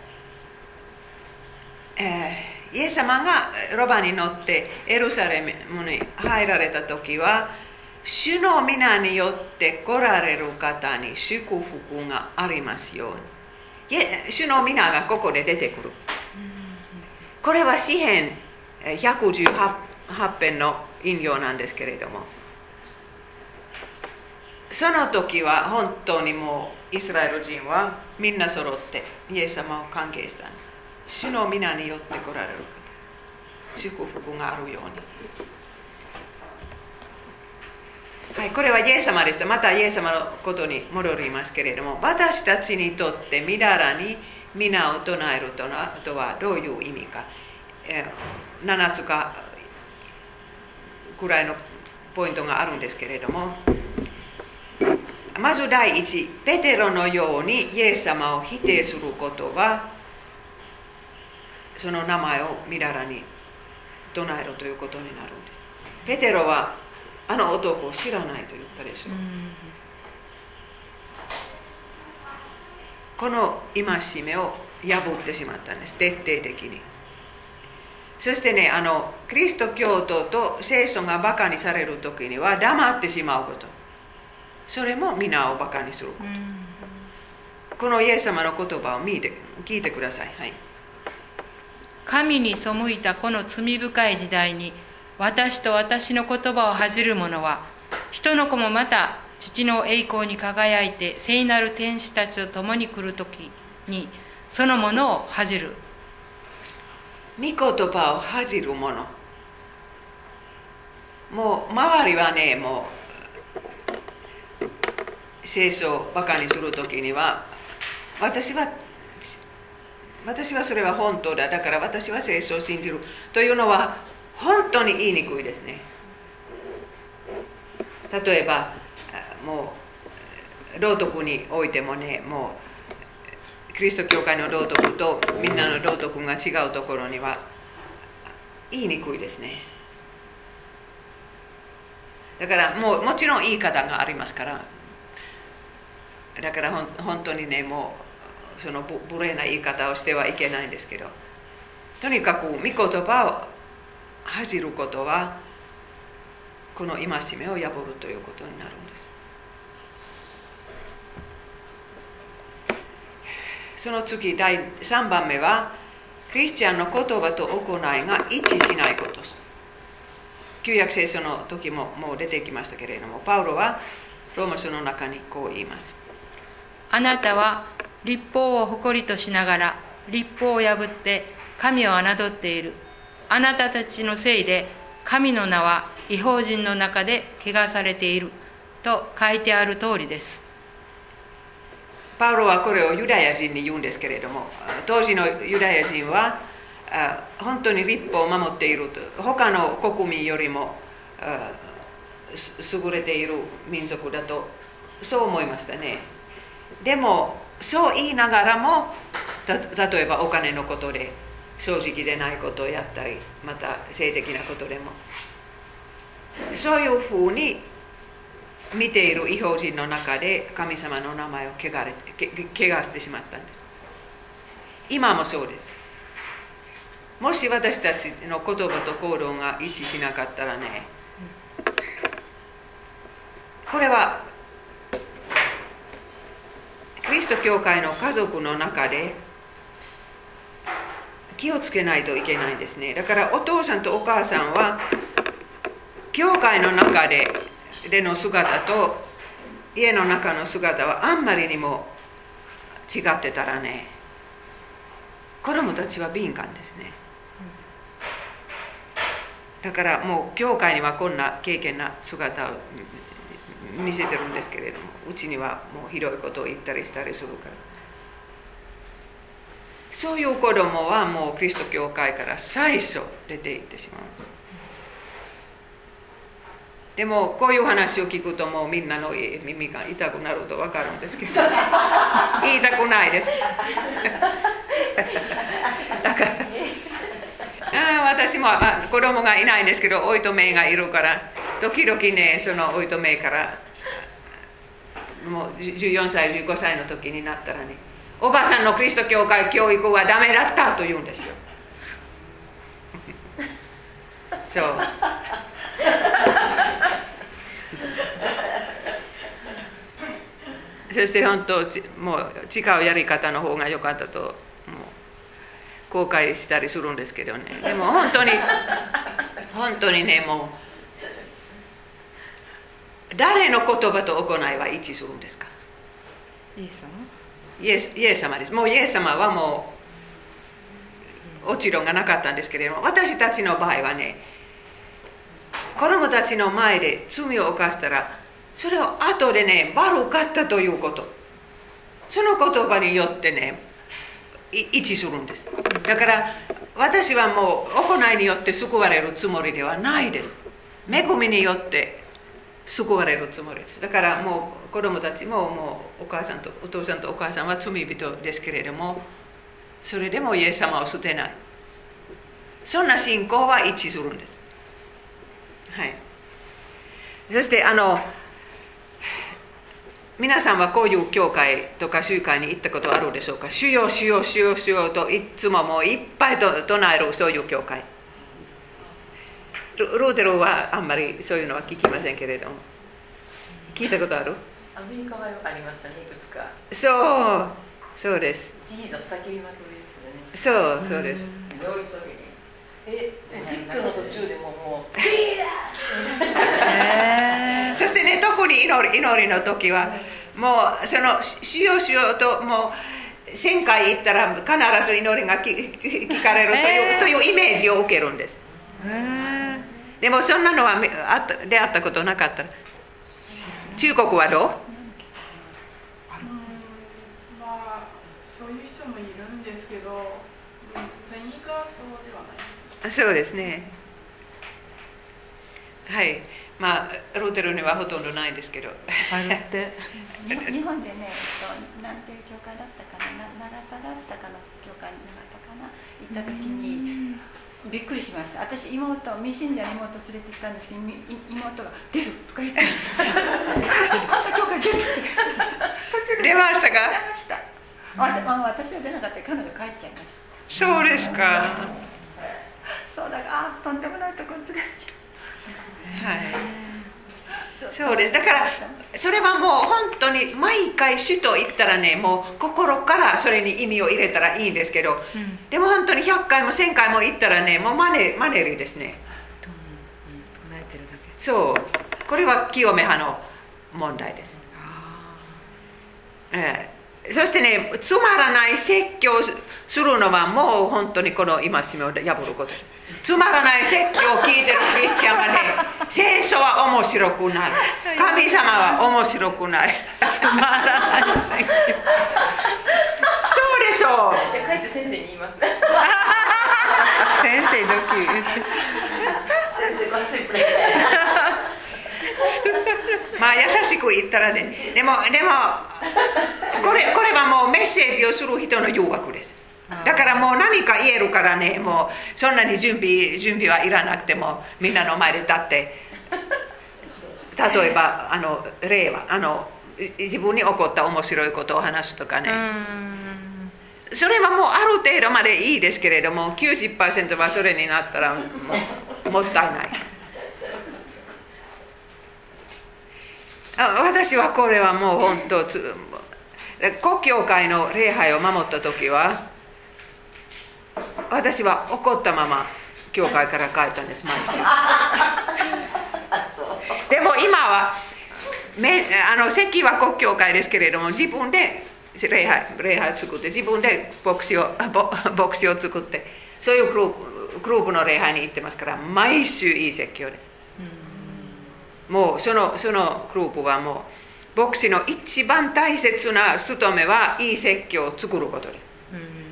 イエス様がロバに乗ってエルサレムに入られた時は、主の皆によって来られる方に祝福がありますように。主の皆がここで出てくる。これは詩編118編の引用なんですけれども、その時は本当にもうイスラエル人はみんな揃ってイエス様を歓迎したんです。主の皆によって来られる方、祝福があるように。はい、これはイエス様でした。またイエス様のことに戻りますけれども、私たちにとってみだらに皆を唱えるとはどういう意味か、7つかくらいのポイントがあるんですけれども、まず第一、ペテロのようにイエス様を否定することは、その名前をみだらに唱えるということになるんです。ペテロはあの男を知らないと言ったでしょう。この戒めを破ってしまったんです、徹底的に。そしてね、キリスト教徒と聖書がバカにされる時には黙ってしまうこと、それも皆をバカにすること。このイエス様の言葉を聞いてください。はい、 神に背いたこの罪深い時代に、私と私の言葉を恥じる者は、人の子もまた父の栄光に輝いて聖なる天使たちと共に来るときに、そのものを恥じる。 御言葉を恥じる者、もう周りはね、もう聖書をバカにするときには、私はそれは本当だ、だから私は聖書を信じるというのは本当に言いにくいですね。例えばもう道徳においてもね、もうキリスト教会の道徳とみんなの道徳が違うところには言いにくいですね。だからもちろん言い方がありますから、だから本当にね、もうその無礼な言い方をしてはいけないんですけど、とにかく御言葉を恥じることはこの戒めを破るということになるんです。その次、第3番目はクリスチャンの言葉と行いが一致しないことです。旧約聖書の時ももう出てきましたけれども、パウロはローマ書の中にこう言います。 あなたは律法を誇りとしながら律法を破って神を侮っている。あなたたちのせいで神の名は異邦人の中で汚されていると書いてある通りです。 パウロはこれをユダヤ人に言うんですけれども、当時のユダヤ人は本当に律法を守っていると、他の国民よりも優れている民族だとそう思いましたね。でもそう言いながらも、例えばお金のことで正直でないことをやったり、また性的なことでもそういうふうに見ている異邦人の中で神様の名前を汚してしまったんです。今もそうです。もし私たちの言葉と行動が一致しなかったらね、これはキリスト教会の家族の中で気をつけないといけないんですね。だからお父さんとお母さんは教会の中での姿と家の中の姿はあんまりにも違ってたらね、子供たちは敏感ですね。だからもう教会にはこんな敬虔な姿を見せてるんですけれども、うちにはもうひどいことを言ったりしたりするから、そういう子供はもうキリスト教会から最初出て行ってしまうんです。でもこういう話を聞くともうみんなの耳が痛くなると分かるんですけど言いたくないですだから私も子供がいないんですけど、おいとめがいるから時々ね、そのおいとめからもう14歳15歳の時になったらね、おばさんのキリスト教会教育はダメだったと言うんですよそうそして本当もう違うやり方の方が良かったともう後悔したりするんですけどね。でも本当にね、もう誰の言葉と行いは一致するんですか？イエス様です。もうイエス様はもう落ち度がなかったんですけれども、私たちの場合はね、子供たちの前で罪を犯したらそれを後でね、悪かったということ、その言葉によってね一致するんです。だから私はもう行いによって救われるつもりではないです。恵みによって救われるつもりです。だからもう子供たちももうお父さんとお母さんは罪人ですけれども、それでもイエス様を捨てない、そんな信仰は一致するんです。はい。そして皆さんはこういう教会とか集会に行ったことあるでしょうか？主よ主よ主よ主よといつももういっぱいと唱えるそういう教会。ルーテルはあんまりそういうのは聞きませんけれども、聞いたことある？ アメリカはありましたね、いくつか。 そうです。 ジーザス叫びまくりですよね。そうです。 どういう時に実況の途中でもうそしてね、特に祈りの時はもうそのしようしようともう1000回言ったら必ず祈りが聞かれるというイメージを受けるんです。でもそんなのは出会ったことなかった。中国はどう？ まあそういう人もいるんですけど、全員がそうではないです。 そうですね。はい。まあルーテルにはほとんどないですけど。 日本でね、なんていう教会だったかな、永田だったかの教会に永田かな行った時にびっくりしました。私未信者の妹連れて行ったんですけど、妹が出るとか言ってこんな教会出るって出ましたか？ 出ました。私は出なかった。彼女帰っちゃいました。 そうですか。 そうだからとんでもないところ連れてきはい、そうです。だからそれはもう本当に毎回首都行ったらね、もう心からそれに意味を入れたらいいんですけど、でも本当に100回も1000回も行ったらね、もうマネるですね。そう、これは清め派の問題です。そしてね、つまらない説教するのはもう本当にこの戒めを破ることです。つまらない説教を聞いてるクリスチャンはね、聖書は面白くない、神様は面白くない、つまらない説教。そうでしょう。 帰って先生に言います。 先生ドキ先生こっちプレッシャー。 まあ優しく言ったらね、でもこれはもうメッセージをする人の誘惑です。だからもう何か言えるからね、もうそんなに準備はいらなくても、みんなの前で立って、例えば例は自分に起こった面白いことを話すとかね、それはもうある程度までいいですけれども、 90% はそれになったらもったいない。私はこれはもう本当、国教会の礼拝を守った時は、私は怒ったまま教会から帰ったんです、毎日。でも今は席は国教会ですけれども、自分で礼拝作って、自分で牧師を作って、そういうグループの礼拝に行ってますから、毎週いい説教です。もうそのグループはもう牧師の一番大切な務めはいい説教を作ることです。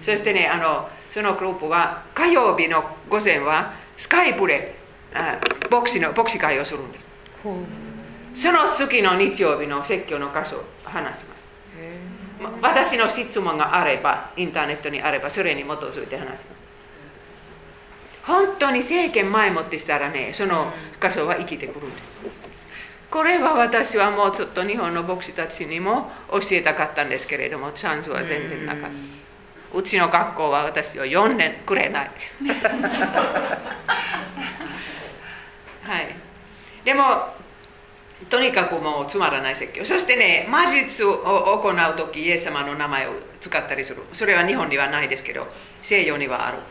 そしてね、そのグループは火曜日の午前はスカイプで牧師会をするんです。その次の日曜日の説教の箇所を話します。私の質問があれば、インターネットにあれば、それに基づいて話します。本当に政権前もってしたらね、その箇所は生きてくるんです。これは私はもうちょっと日本の牧師たちにも教えたかったんですけれども、チャンスは全然なかった。うちの学校は私を4年くれない。はい。でもとにかくもうつまらない説教。そしてね、魔術を行う時、イエス様の名前を使ったりする。それは日本にはないですけど、西洋にはある。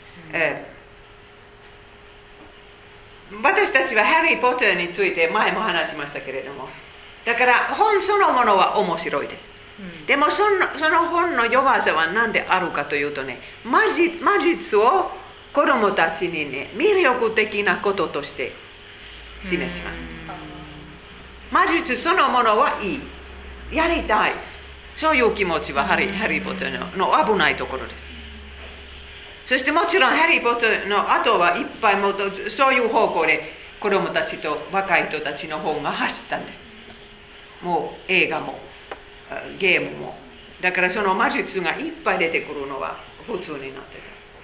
私たちはハリー・ポッターについて前も話しましたけれども、だから本そのものは面白いです。でもその本の弱さは何であるかというとね、魔術を子供たちにね、魅力的なこととして示します。魔術そのものはいい、やりたい、そういう気持ちはハリー・ポッターの危ないところです。そしてもちろんハリー・ポッターの後はいっぱいもそういう方向で子供たちと若い人たちの方が走ったんです。もう映画もゲームも。だからその魔術がいっぱい出てくるのは普通になって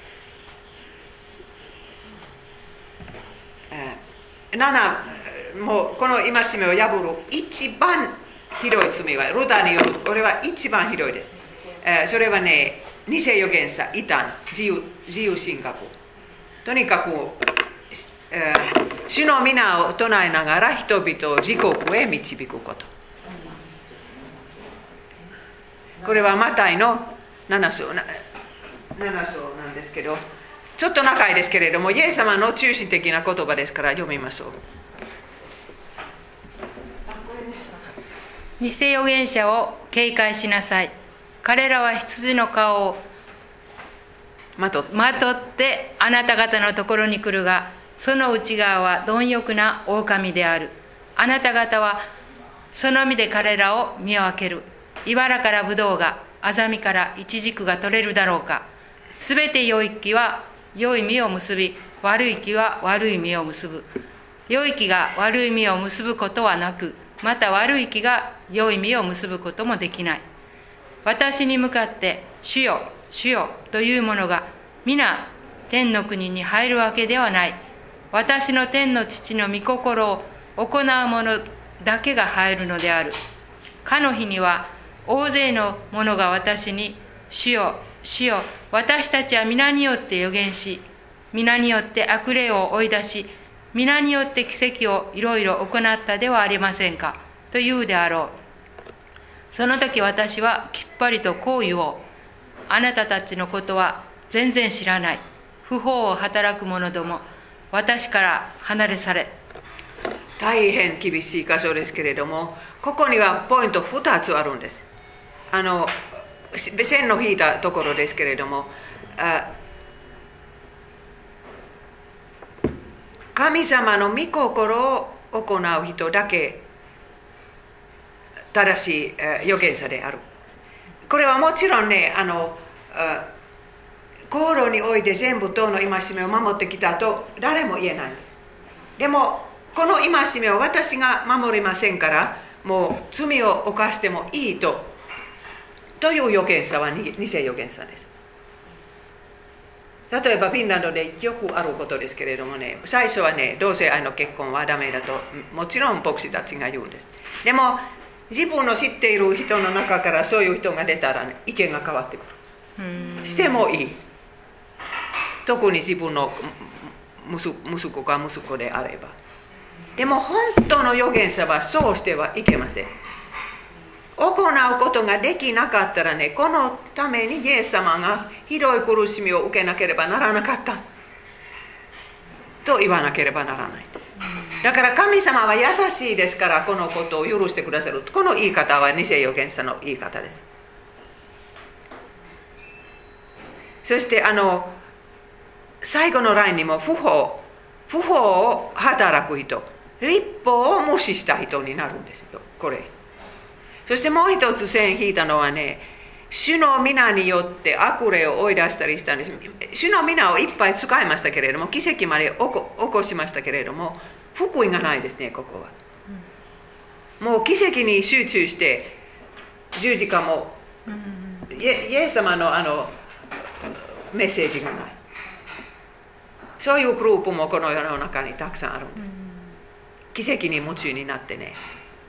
る。もうこの戒めを破る一番ひどい罪は、ルターによるとこれは一番ひどいです。それはね、偽預言者、異端、自由神学。とにかく、主の皆を唱えながら人々を地獄へ導くこと。これはマタイの7章なんですけど、ちょっと長いですけれども、イエス様の中心的な言葉ですから読みましょう。 偽預言者を警戒しなさい。彼らは羊の顔をまとってあなた方のところに来るが、その内側は貪欲な狼である。あなた方はその実で彼らを見分ける。茨からブドウが、アザミからイチジクが取れるだろうか。すべて良い木は良い実を結び、悪い木は悪い実を結ぶ。良い木が悪い実を結ぶことはなく、また悪い木が良い実を結ぶこともできない。私に向かって主よ主よというものが皆天の国に入るわけではない。私の天の父の御心を行う者だけが入るのである。かの日には大勢の者が私に主よ主よ、私たちは皆によって預言し、 皆によって悪霊を追い出し、皆によって奇跡をいろいろ行ったではありませんか、と言うであろう。その時私はきっぱりとこう言おう。あなたたちのことは全然知らない。不法を働く者ども、私から離れ去れ。 大変厳しい箇所ですけれども、ここにはポイント2つあるんです。線の引いたところですけれども、神様の御心を行う人だけ正しい預言者である。これはもちろんね、航路において全部党の戒めを守ってきたと誰も言えないんです。でもこの戒めを私が守りませんから、もう罪を犯してもいいという預言者は偽預言者です。例えばフィンランドでよくあることですけれどもね、最初はね、同性愛の結婚はダメだともちろん牧師たちが言うんです。でも自分の知っている人の中からそういう人が出たら、ね、意見が変わってくる。してもいい。特に自分の息子か息子であれば。でも本当の預言者はそうしてはいけません。行うことができなかったらね、このためにイエス様がひどい苦しみを受けなければならなかったと言わなければならない。だから神様は優しいですから、このことを許してくださる。この言い方は偽預言者の言い方です。そして最後のラインにも不法を働く人、律法を無視した人になるんですよ、これ。そしてもう一つ線引いたのはね、主の皆によって悪霊を追い出したりしたんです。主の皆をいっぱい使いましたけれども、奇跡まで起こしましたけれども、福音がないですね、ここは。もう奇跡に集中して十字架もイエス様のメッセージがない。そういうグループもこの世の中にたくさんあるんです。奇跡に夢中になってね。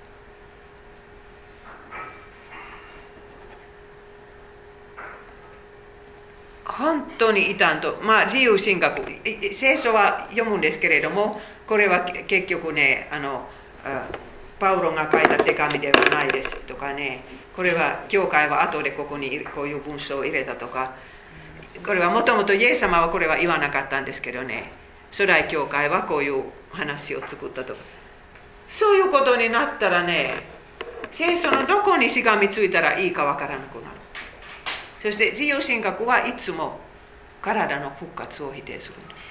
本当に異端と、自由神学、聖書は読むんですけれども、これは結局ね、パウロが書いた手紙ではないですとかね、これは教会は後でここにこういう文章を入れたとか、これはもともとイエス様はこれは言わなかったんですけどね、初代教会はこういう話を作ったとか、そういうことになったらね、聖書のどこにしがみついたらいいかわからなくなる。そして自由神学はいつも体の復活を否定するんです。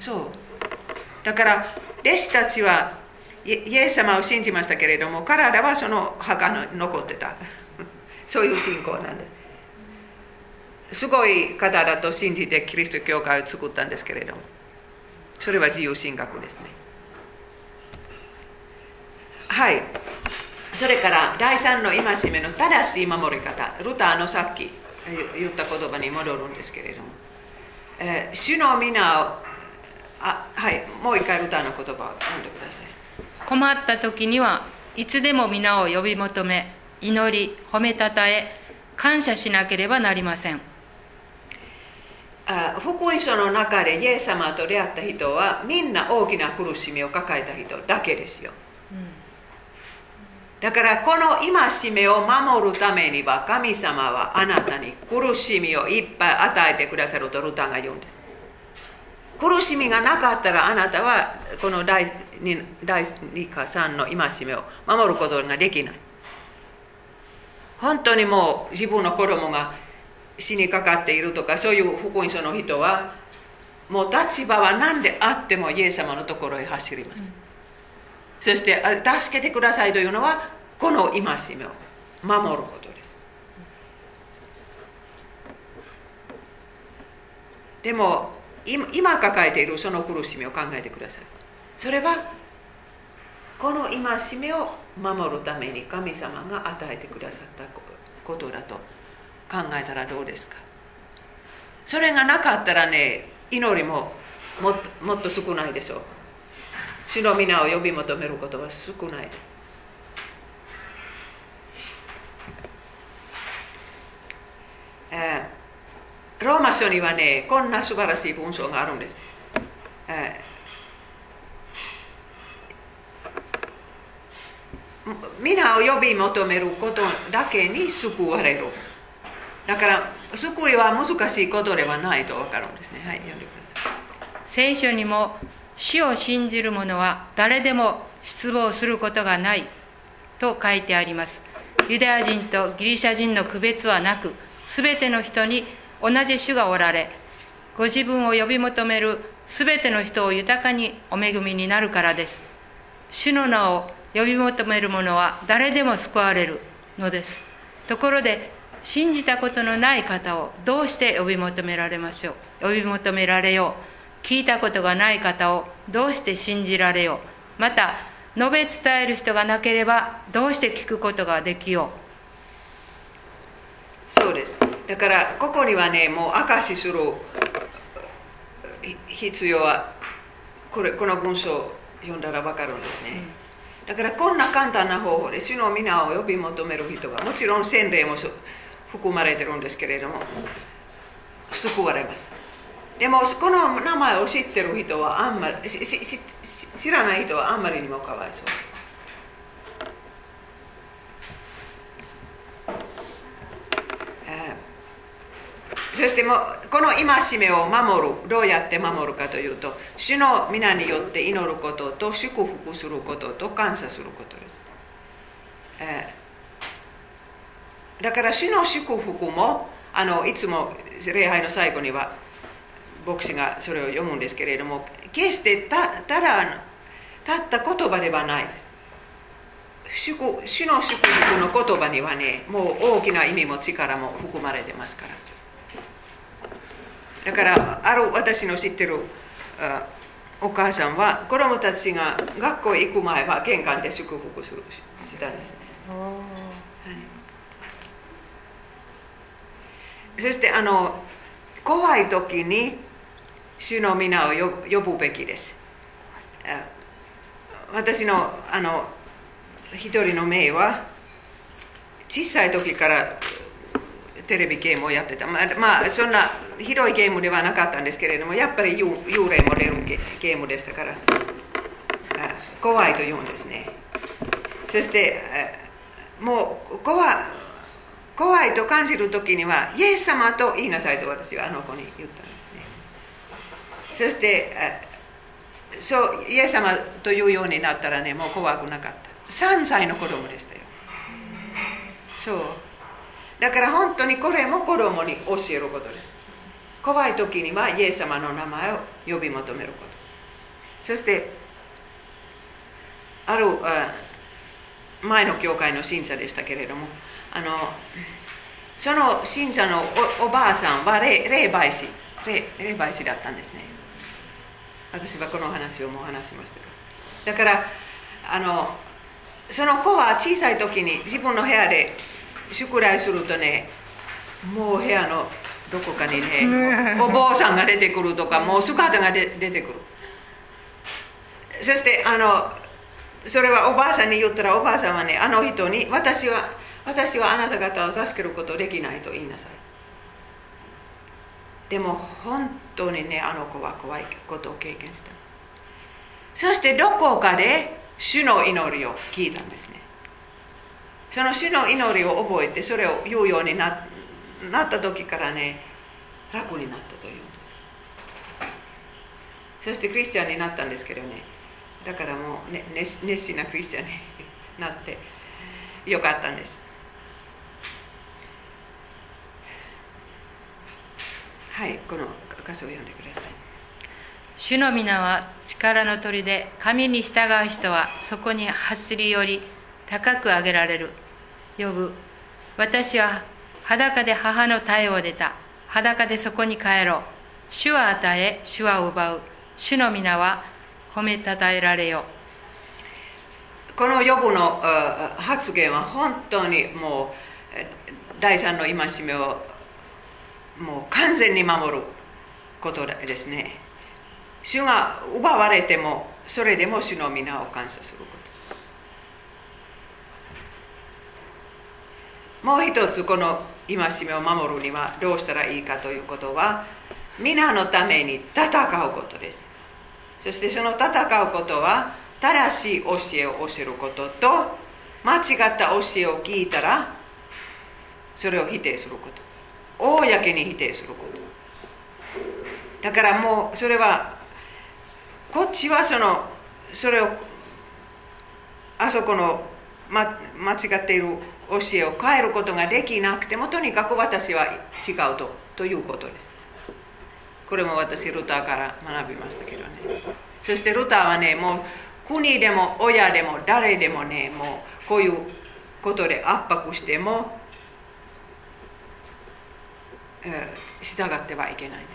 そうだから弟子たちはイエス様を信じましたけれども、体はその墓に残ってたそういう信仰なんです。すごい方だと信じてキリスト教会を作ったんですけれども、それは自由神学ですね。はい。それから第3の戒めの正しい守り方、ルターのさっき言った言葉に戻るんですけれども、主の皆をはい、もう一回ルターの言葉を読んでください。 困った時にはいつでも皆を呼び求め、祈り、褒めたたえ、感謝しなければなりません。 福音書の中でイエス様と出会った人はみんな大きな苦しみを抱えた人だけですよ。だからこの戒めを守るためには、神様はあなたに苦しみをいっぱい与えてくださるとルターが言うんです。苦しみがなかったらあなたはこの第2か3の戒めを守ることができない。本当にもう自分の子供が死にかかっているとか、そういう福音書の人はもう立場は何であってもイエス様のところへ走ります。そして助けてくださいというのはこの戒めを守ることです。でも今抱えているその苦しみを考えてください。それはこの戒めを守るために神様が与えてくださったことだと考えたらどうですか。それがなかったらね、祈りももっと少ないでしょう。主の皆を呼び求めることは少ない。 ローマ書にはね、こんな素晴らしい文章があるんです。皆を呼び求めることだけに救われる。だから救いは難しいことではないと分かるんですね。はい、読んでください。 聖書にも、死を信じる者は誰でも失望することがないと書いてあります。ユダヤ人とギリシャ人の区別はなく、すべての人に同じ主がおられ、ご自分を呼び求めるすべての人を豊かにお恵みになるからです。主の名を呼び求める者は誰でも救われるのです。ところで、信じたことのない方をどうして呼び求められましょう。呼び求められよう。聞いたことがない方をどうして信じられよう。また、述べ伝える人がなければどうして聞くことができよう。そうです。だからここにはね、もう証しする必要は、この文章を読んだら分かるんですね。だからこんな簡単な方法で主の皆を呼び求める人は、もちろん洗礼も含まれてるんですけれども、救われます。でもこの名前を知ってる人はあんまり知らない人はあんまりにもかわいそう。そしてもこの戒めを守る、どうやって守るかというと、主の皆によって祈ることと祝福することと感謝することです。だから主の祝福もいつも礼拝の最後には牧師がそれを読むんですけれども、決してたった言葉ではないです。主の祝福の言葉にはね、もう大きな意味も力も含まれてますから。だから私の知ってるお母さんは、子供たちが学校行く前は玄関で祝福したんですね。そして怖い時に主の皆を呼ぶべきです。私の一人の姪は小さい時からテレビゲームをやってた。まあそんなひどいゲームではなかったんですけれども、やっぱり幽霊も出るゲームでしたから、怖いと言うんですね。そしてもう怖いと感じる時にはイエス様と言いなさいと私は子に言ったんですね。そしてそうイエス様というようになったらね、もう怖くなかった。3歳の子供でしたよ。そうだから本当にこれも子供に教えることです。怖い時にはイエス様の名前を呼び求めること。そして前の教会の信者でしたけれども、その信者の おばあさんは霊媒師だったんですね。私はこの話をもう話しましたから。だからその子は小さい時に自分の部屋で宿題するとね、もう部屋のどこかにね、お坊さんが出てくるとか、もう姿が出てくる。そしてそれはおばあさんに言ったら、おばあさんはね、人に私はあなた方を助けることできないと言いなさい。でも本当にね、子は怖いことを経験した。そしてどこかで主の祈りを聞いたんですね。その主の祈りを覚えて、それを言うようになった時からね、楽になったというんです。そしてクリスチャンになったんですけどね、だからもう、ね、熱心なクリスチャンになってよかったんです。はい、この箇所を読んでください。 主の皆は力の砦で、神に従う人はそこに走り寄り高く上げられる。呼ぶ。私は裸で母の体を出た。裸でそこに帰ろう。主は与え、主は奪う。主の皆は褒めたたえられよ。 この呼ぶの発言は本当にもう第三の戒めをもう完全に守ることですね。主が奪われても、それでも主の皆を感謝すること。もう一つ、この戒めを守るにはどうしたらいいかということは、皆のために戦うことです。そしてその戦うことは正しい教えを教えることと、間違った教えを聞いたらそれを否定すること、公に否定すること。だからもうそれはこっちはそれをあそこの、間違っている教えを変えることができなくても、とにかく私は違うということです。これも私ルターから学びましたけどね。そしてルターはね、もう国でも親でも誰でもね、もうこういうことで圧迫しても、従ってはいけないんです。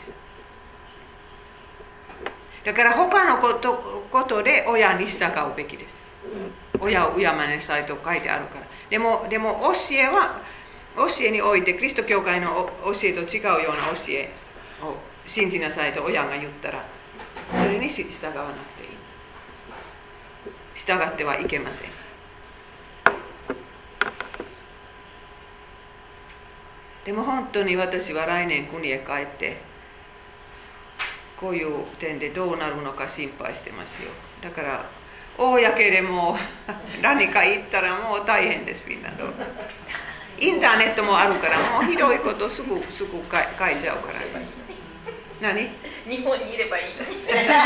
だから他のことで親に従うべきです。親を敬いなさいと書いてあるから。でも教えにおいてキリスト教会の教えと違うような教えを信じなさいと親が言ったら、それに従わなくていい。従ってはいけません。でも本当に私は来年国へ帰ってこういう点でどうなるのか心配してますよ。だから公でも何か言ったらもう大変です。みんなどうインターネットもあるから、もうひどいことすぐ書いちゃうから。何？ 日本にいればいいのに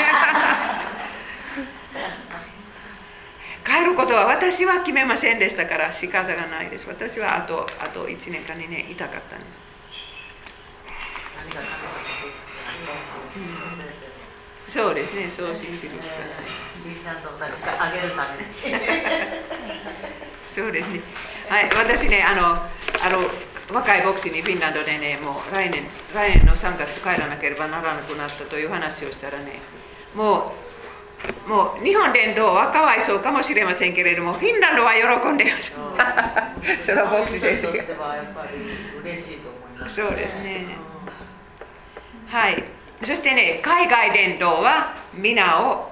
帰ることは私は決めませんでしたから仕方がないです。私はあと1年間にね、いたかったんです。そうですね、そう信じるしかない。 あげるためにそうですね。はい、私ね、若い牧師にフィンランドでね、もう来年の3月帰らなければならなくなったという話をしたらね、もう日本伝道はかわいそうかもしれませんけれども、フィンランドは喜んでいます。その牧師先生が。 嬉しいと思います。 そうですね。はい。そしてね、海外伝道は皆を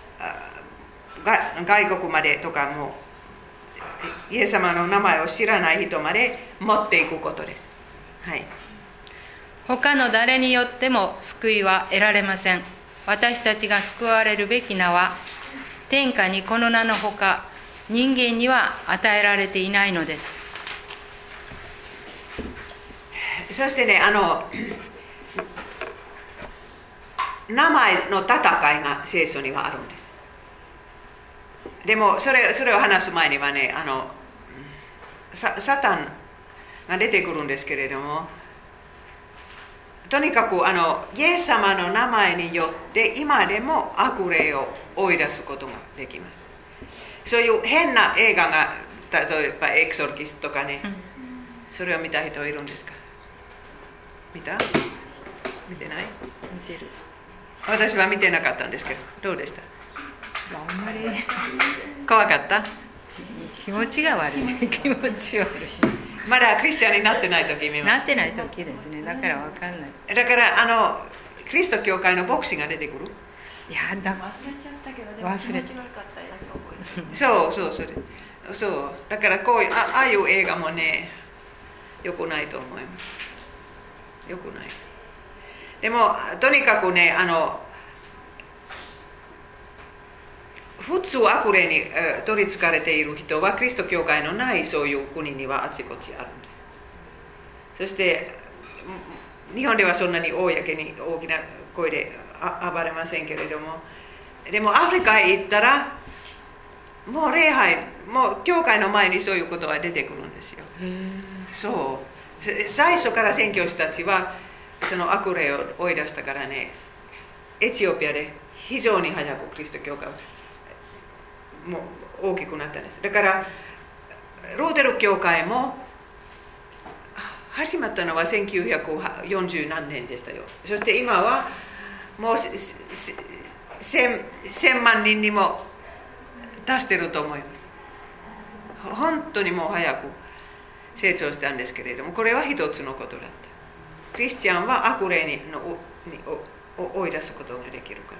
外国までとかもイエス様の名前を知らない人まで持っていくことです。はい。 他の誰によっても救いは得られません。私たちが救われるべき名は天下にこの名のほか人間には与えられていないのです。 そしてね、名前の戦いが聖書にはあるんです。でもそれを話す前にはね、サタンが出てくるんですけれども、とにかくイエス様の名前によって今でも悪霊を追い出すことができます。そういう変な映画が、例えばエクソルキスとかね、それを見た人いるんですか？見た？見てない？ 見てる。 私は見てなかったんですけど、どうでした？ あんまり怖かった？ 気持ちが悪い。気持ち悪い。 まだクリスチャンになってない時見ました。 なってない時ですね。だから分かんない。 だからキリスト教会の牧師が出てくる。 いや忘れちゃったけど、でも気持ち悪かっただけ覚えてる。 そうだからこういうああいう映画もね、良くないと思います。良くないです。でもとにかくね、普通悪霊に取りつかれている人はキリスト教会のないそういう国にはあちこちあるんです。そして日本ではそんなに公に大きな声で暴れませんけれども、でもアフリカへ行ったらもう礼拝、もう教会の前にそういうことが出てくるんですよ。そう最初から宣教師たちはその悪霊を追い出したからね、エチオピアで非常に早くキリスト教会もう大きくなったんです。だからルーテル教会も始まったのは1940何年でしたよ。そして今はもう1000万人にも達してると思います。本当にもう早く成長したんですけれども、これは一つのことだった。クリスチャンは悪霊に追い出すことができるから。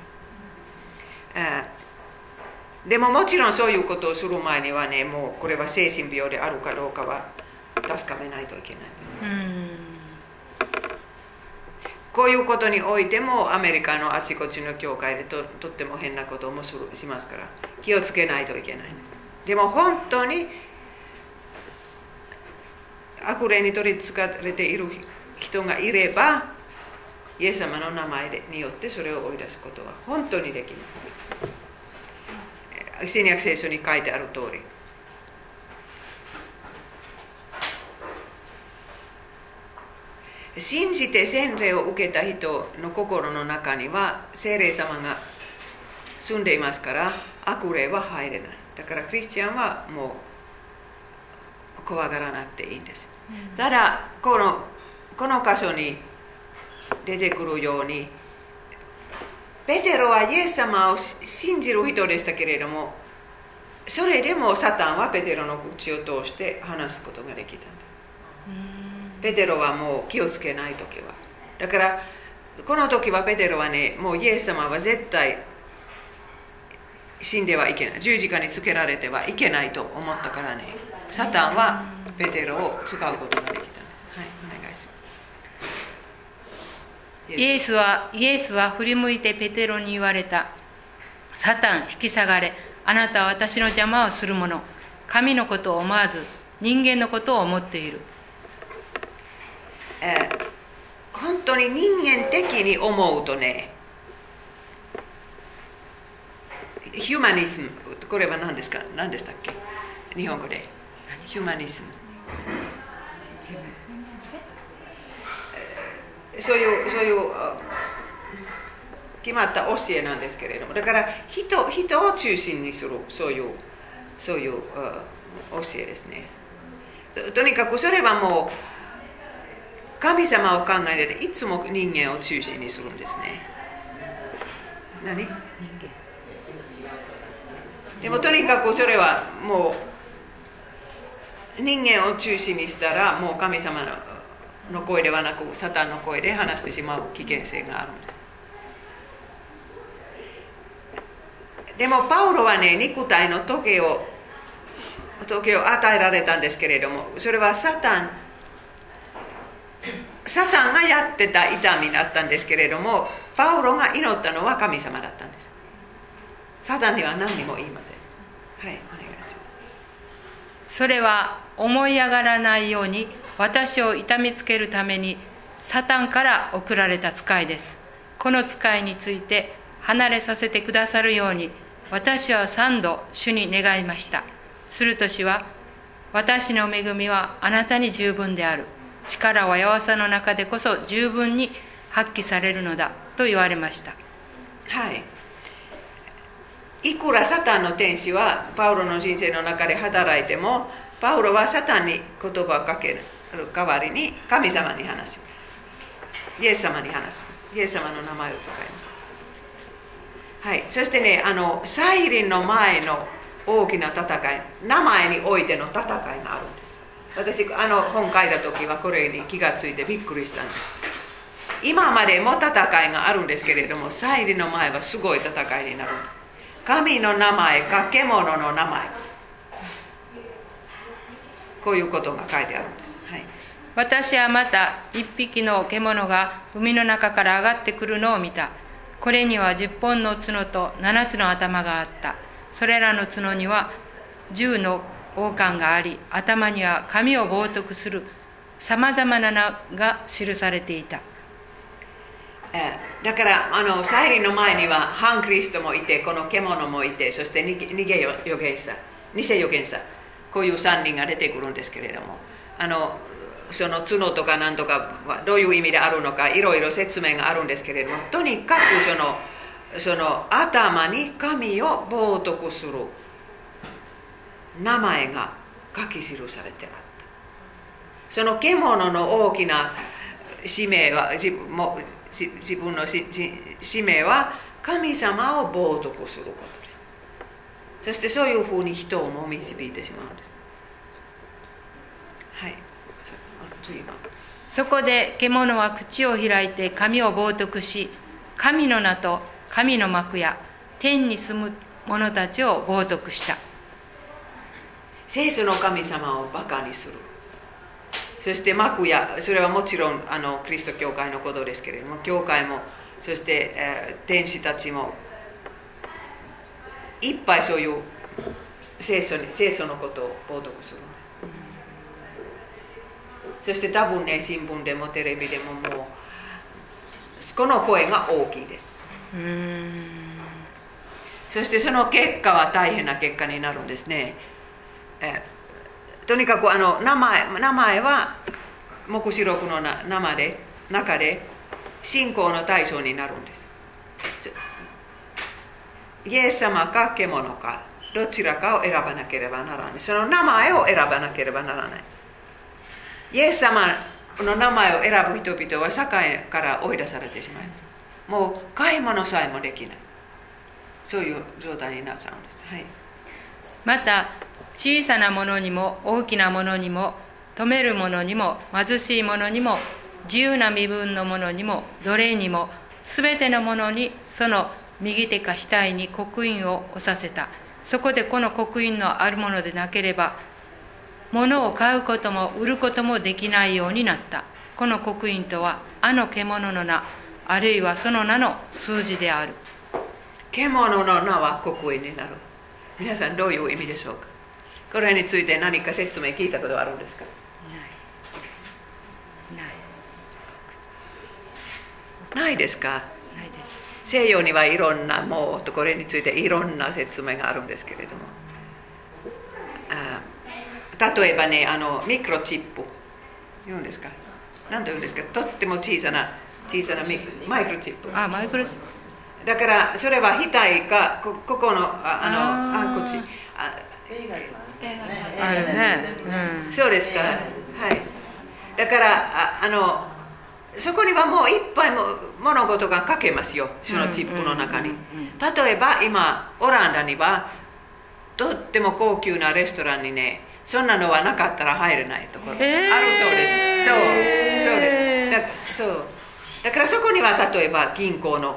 でももちろんそういうことをする前にはね、もうこれは精神病であるかどうかは確かめないといけない。こういうことにおいてもアメリカのあちこちの教会で とっても変なこともしますから気をつけないといけないんです。でも本当に悪霊に取りつかれている人がいればイエス様の名前によってそれを追い出すことは本当にできます。新約聖書に書いてある通り、信じて洗礼を受けた人の心の中には聖霊様が住んでいますから悪霊は入れない。だからクリスチャンはもう怖がらなくていいんです。ただこの箇所に出てくるようにペテロはイエス様を信じる人でしたけれども、それでもサタンはペテロの口を通して話すことができたんです。ペテロはもう気をつけないときは、だからこの時はペテロはね、もうイエス様は絶対死んではいけない、十字架につけられてはいけないと思ったからね、サタンはペテロを使うことができたんです。はい、お願いします。 イエスは振り向いてペテロに言われた。サタン、引き下がれ。あなたは私の邪魔をする者。神のことを思わず人間のことを思っている。 本当に人間的に思うとね、ヒューマニズム、これは何ですか、何でしたっけ日本語で。ヒューマニズム、そういう決まった教えなんですけれども、だから人を中心にするそういう教えですね。とにかくそれはもう神様を考えていつも人間を中心にするんですね。何？でもとにかくそれはもう人間を中心にしたらもう神様の声ではなくサタンの声で話してしまう危険性があるんです。でもパウロはね、肉体の時計を与えられたんですけれども、それはサタンがやってた痛みだったんですけれども、パウロが祈ったのは神様だったんです。サタンには何にも言いません。はい、お願いします。 それは思い上がらないように私を痛みつけるためにサタンから送られた使いです。この使いについて離れさせてくださるように私は3度主に願いました。すると主は、私の恵みはあなたに十分である。力は弱さの中でこそ十分に発揮されるのだと言われました。 はい。いくらサタンの天使はパウロの人生の中で働いても、パウロはサタンに言葉をかける代わりに神様に話します。イエス様に話します。イエス様の名前を使います。はい。そしてね、再臨の前の大きな戦い、名前においての戦いがあるんです。私本書いた時はこれに気がついてびっくりしたんです。今までも戦いがあるんですけれども、再臨の前はすごい戦いになるんです。神の名前か獣の名前、こういうことが書いてあるんです。はい、 私はまた一匹の獣が海の中から上がってくるのを見た。これには10本の角と7つの頭があった。それらの角には10の王冠があり、頭には神を冒涜するさまざまな名が記されていた。 だから再臨の前には反キリストもいて、この獣もいて、そして偽預言者、こういう3人が出てくるんですけれども、その角とか何とかはどういう意味であるのかいろいろ説明があるんですけれども、とにかくその頭に神を冒涜する名前が書き記されてあった。その獣の大きな使命は自分の使命は神様を冒涜することです。そしてそういうふうに人をも導いてしまうんです。はい、次の。 そこで獣は口を開いて神を冒涜し、神の名と神の幕や天に住む者たちを冒涜した。 聖書の神様をバカにする。 そして幕や、それはもちろんキリスト教会のことですけれども、教会も、そして、天使たちもいっぱいそういう聖書のことを報読するんです。そして多分ね、新聞でもテレビでももうこの声が大きいです。そしてその結果は大変な結果になるんですね。とにかく名前は黙示録の中で信仰の対象になるんです。イエス様か獣かどちらかを選ばなければならない。その名前を選ばなければならない。イエス様の名前を選ぶ人々は社会から追い出されてしまいます。もう買い物さえもできない、そういう状態になっちゃうんです。はい、 また小さなものにも大きなものにも富めるものにも貧しいものにも自由な身分のものにも奴隷にもすべてのものにその右手か額に刻印を押させた。そこでこの刻印のあるものでなければ物を買うことも売ることもできないようになった。この刻印とは獣の名、あるいはその名の数字である。 獣の名は刻印になる。皆さんどういう意味でしょうか。これについて何か説明聞いたことはあるんですか。ないですか。 ないです。 西洋にはいろんなもうこれについていろんな説明があるんですけれども、例えばね、ミクロチップ言うんですか、何と言うんですか、とっても小さなマイクロチップ。 マイクロチップだからそれは額かここのこっちあるね、 そうですか。はい。だからそこにはもういっぱい物事が書けますよ、そのチップの中に。例えば今オランダにはとっても高級なレストランにね、そんなのはなかったら入れないところあるそうです。そうです。だからそこには例えば銀行の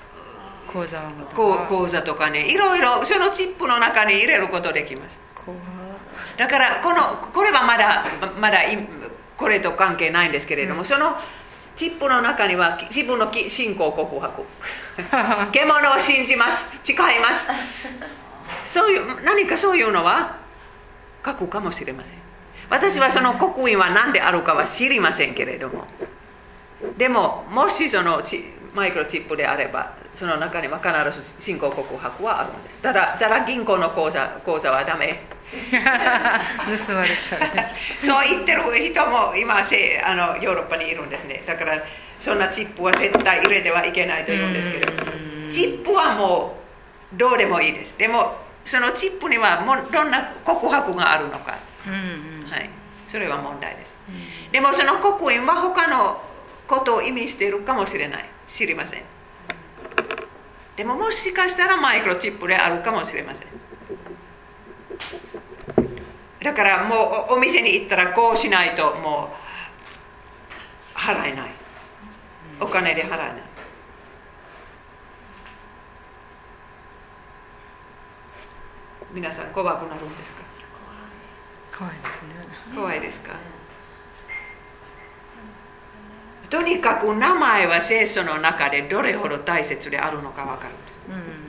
口座とかね、いろいろそのチップの中に入れることできます。だからこれはまだこれと関係ないんですけれども、そのチップの中には自分の信仰告白獣を信じます、誓います、そういう何かそういうのは書くかもしれません。私はその刻印は何であるかは知りませんけれども、でももしそのマイクロチップであればその中には必ず信仰告白はあるんです。ただ銀行の口座はダメ盗まれちゃうそう言ってる人も今ヨーロッパにいるんですね。だからそんなチップは絶対入れてはいけないと言うんですけど、チップはもうどうでもいいです。でもそのチップにはどんな告白があるのか、はい、それは問題です。でもその刻印は他のことを意味しているかもしれない、知りません。でももしかしたらマイクロチップであるかもしれません。だからもうお店に行ったらこうしないともう払えない、お金で払えない。皆さん怖くなるんですか。 怖いですね。 怖いですか。とにかく名前は聖書の中でどれほど大切であるのか分かるんです。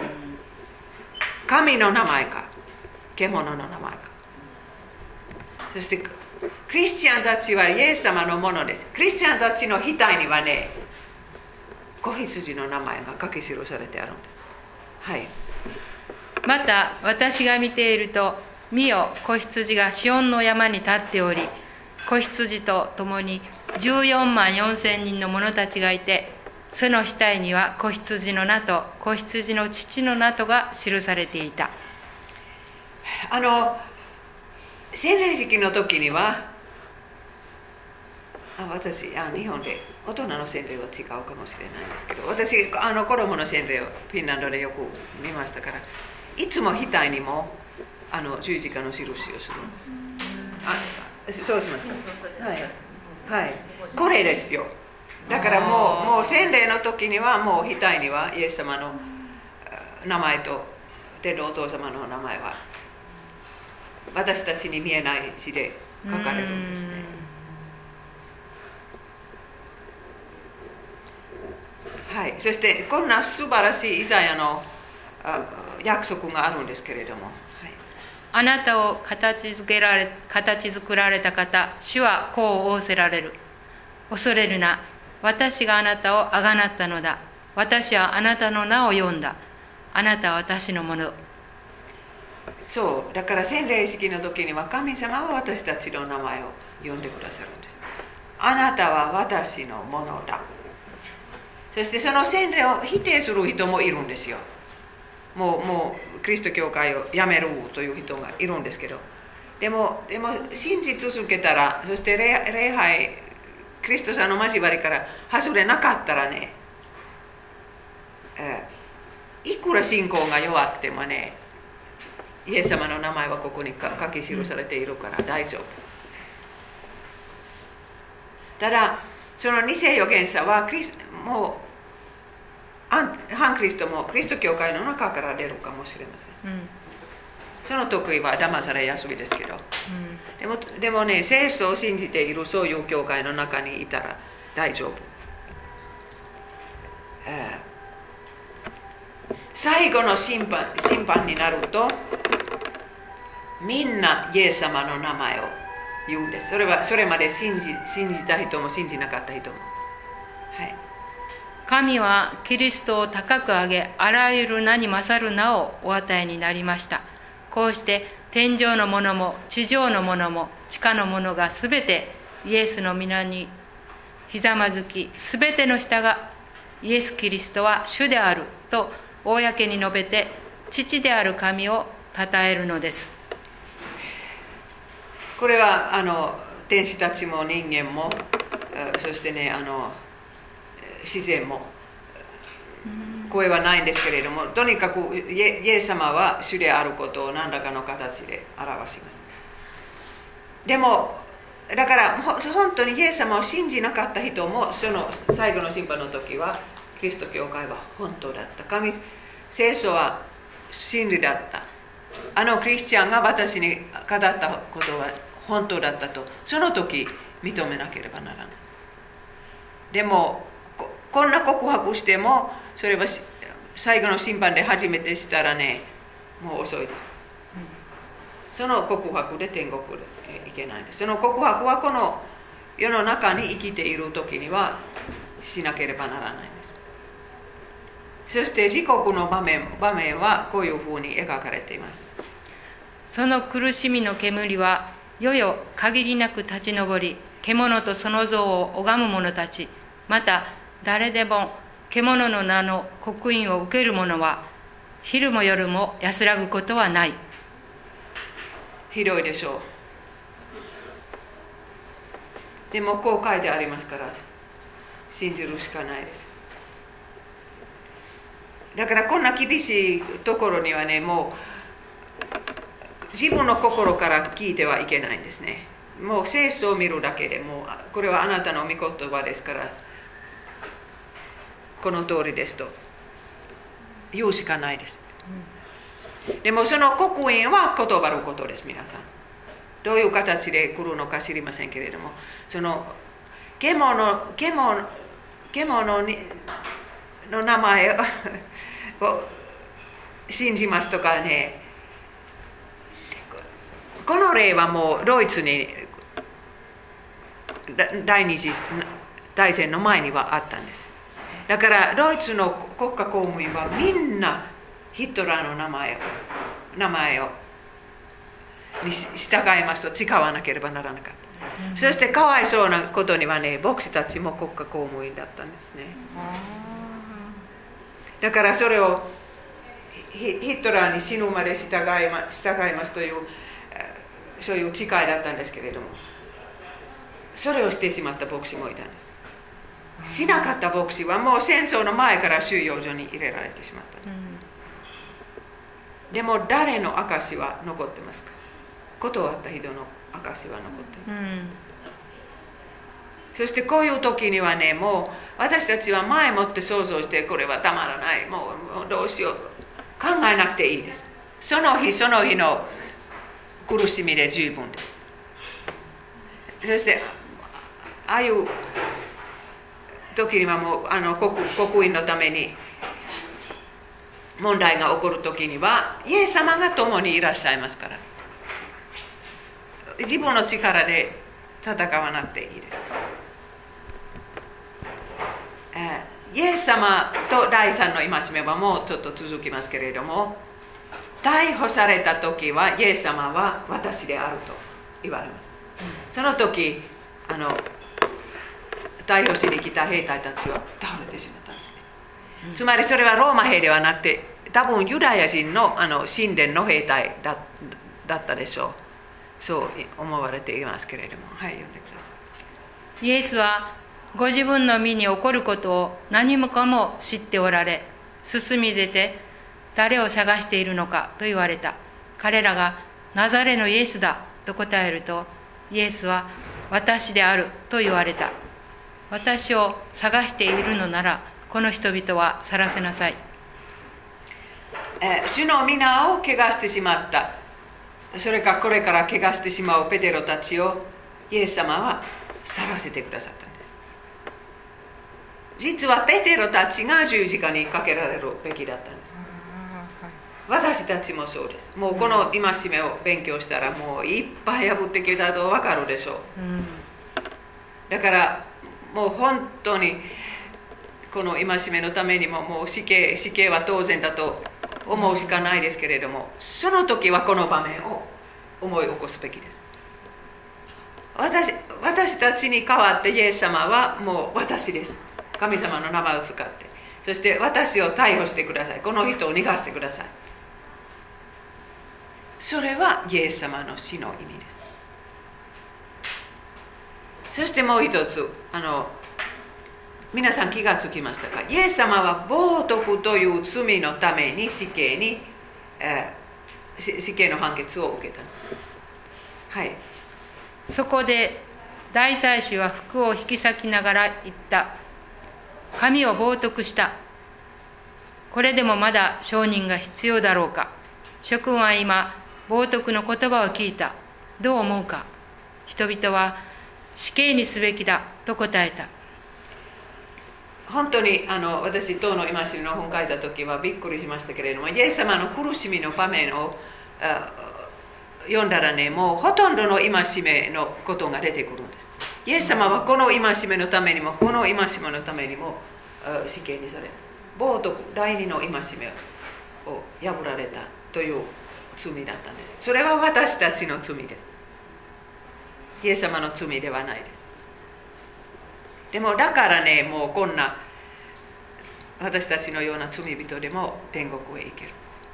神の名前か獣の名前か。そしてクリスチャンたちはイエス様のものです。クリスチャンたちの額にはね、子羊の名前が書き記されてあるんです。はい。 また私が見ていると、見よ、子羊がシオンの山に立っており、子羊と共に14万4千人の者たちがいて、その額には子羊の名と子羊の父の名とが記されていた。洗礼式の時には私日本で大人の洗礼は違うかもしれないんですけど、私子供の洗礼をフィンランドでよく見ましたから、いつも額にも十字架の印をするんです。そうしますか。はい、これですよ。だからもう洗礼の時にはもう額にはイエス様の名前と天皇お父様の名前は私たちに見えない字で書かれるんですね。 はい、そしてこんな素晴らしいイザヤの約束があるんですけれども、はい、 あなたを形作られた方、主はこう仰せられる。恐れるな。私があなたをあがなったのだ。私はあなたの名を呼んだ。あなたは私のもの。 そう、だから洗礼式の時には神様は私たちの名前を呼んでくださるんです。あなたは私のものだ。そしてその洗礼を否定する人もいるんですよ。もうキリスト教会をやめるという人がいるんですけど、でも信じ続けたら、そして礼拝、キリストさんの交わりから外れなかったらね、いくら信仰が弱ってもね、イエス様の名前はここに書き記されているから大丈夫。ただその偽預言者はもう反キリストもキリスト教会の中から出るかもしれません、うん、その時は騙されやすいですけど、うん、でもね、聖書を信じているそういう教会の中にいたら大丈夫。最後の審判になるとみんなイエス様の名前を言うんです。それまで信じた人も信じなかった人も、はい、 神はキリストを高く上げ、あらゆる名に勝る名をお与えになりました。こうして天上のものも地上のものも地下のものがすべてイエスの皆にひざまずき、すべての舌がイエス・キリストは主であると公に述べて、父である神を称えるのです。 これは天使たちも人間も、そしてね、自然も声はないんですけれども、とにかくイエス様は主であることを何らかの形で表します。でもだから本当にイエス様を信じなかった人も、その最後の審判の時はキリスト教会は本当だった、聖書は真理だった、クリスチャンが私に語ったことは本当だったと、その時認めなければならない。でもこんな告白しても、それは最後の審判で初めてしたらね、もう遅いです。その告白で天国へ行けないんです。その告白はこの世の中に生きている時にはしなければならないんです。そして地獄の場面はこういうふうに描かれています。 その苦しみの煙は世々限りなく立ち上り、獣とその像を拝む者たち、また誰でも獣の名の刻印を受ける者は昼も夜も安らぐことはない。 ひどいでしょう。でもこう書いてありますから信じるしかないです。だからこんな厳しいところにはね、もう自分の心から聞いてはいけないんですね。もう聖書を見るだけでもう、これはあなたの御言葉ですからこの通りですと言うしかないです。でもその刻印は断ることです。皆さんどういう形で来るのか知りませんけれども、その獣の名前を信じますとかね、この例はもうドイツに第二次大戦の前にはあったんです。だからドイツの国家公務員はみんなヒトラーの名前をに従いますと誓わなければならなかった、そしてかわいそうなことにはね、牧師たちも国家公務員だったんですね。だからそれをヒトラーに死ぬまで従いますというそういう誓いだったんですけれども、それをしてしまった牧師もいたんです。しなかった牧師はもう戦争の前から収容所に入れられてしまった、でも誰の証は残ってますか？断った人の証は残っている、そしてこういう時にはね、もう私たちは前もって想像して、これはたまらない、もうどうしよう、考えなくていいです。その日その日の苦しみで十分です。そしてああいう時にはもう刻印のために問題が起こる時にはイエス様が共にいらっしゃいますから、自分の力で戦わなくていいです。イエス様と第3の戒めはもうちょっと続きますけれども、逮捕された時はイエス様は私であると言われます。その時逮捕しに来た兵隊たちは倒れてしまったんですね。つまりそれはローマ兵ではなくて、多分ユダヤ人の神殿の兵隊だったでしょう。そう思われていますけれども、はい、読んでください。 イエスはご自分の身に起こることを何もかも知っておられ、進み出て誰を探しているのかと言われた。彼らがナザレのイエスだと答えると、イエスは私であると言われた。私を探しているのならこの人々は晒せなさい。 主の皆を怪我してしまった、それかこれから怪我してしまうペテロたちをイエス様は去らせてくださったんです。実はペテロたちが十字架にかけられるべきだったんです。私たちもそうです。もうこの戒めを勉強したらもういっぱい破ってきたと分かるでしょう。だからもう本当にこの戒めのためにももう死刑は当然だと思うしかないですけれども、その時はこの場面を思い起こすべきです。私たちに代わってイエス様はもう私です。神様の名前を使って、そして私を逮捕してください。この人を逃がしてください。それはイエス様の死の意味です。そしてもう一つ、皆さん気がつきましたか？イエス様は冒涜という罪のために死刑の判決を受けた。はい。 そこで大祭司は服を引き裂きながら言った。神を冒涜した。これでもまだ証人が必要だろうか。諸君は今冒涜の言葉を聞いた。どう思うか。人々は死刑にすべきだと答えた。 本当に私当の戒めの本を書いた時はびっくりしましたけれども、イエス様の苦しみの場面を読んだらね、もうほとんどの戒めのことが出てくるんです。イエス様はこの戒めのためにもこの戒めのためにも死刑にされた。冒涜、第二の戒めを破られたという罪だったんです。それは私たちの罪です。イエス様の罪ではないです。でもだからね、もうこんな私たちのような罪人でも天国へ行ける。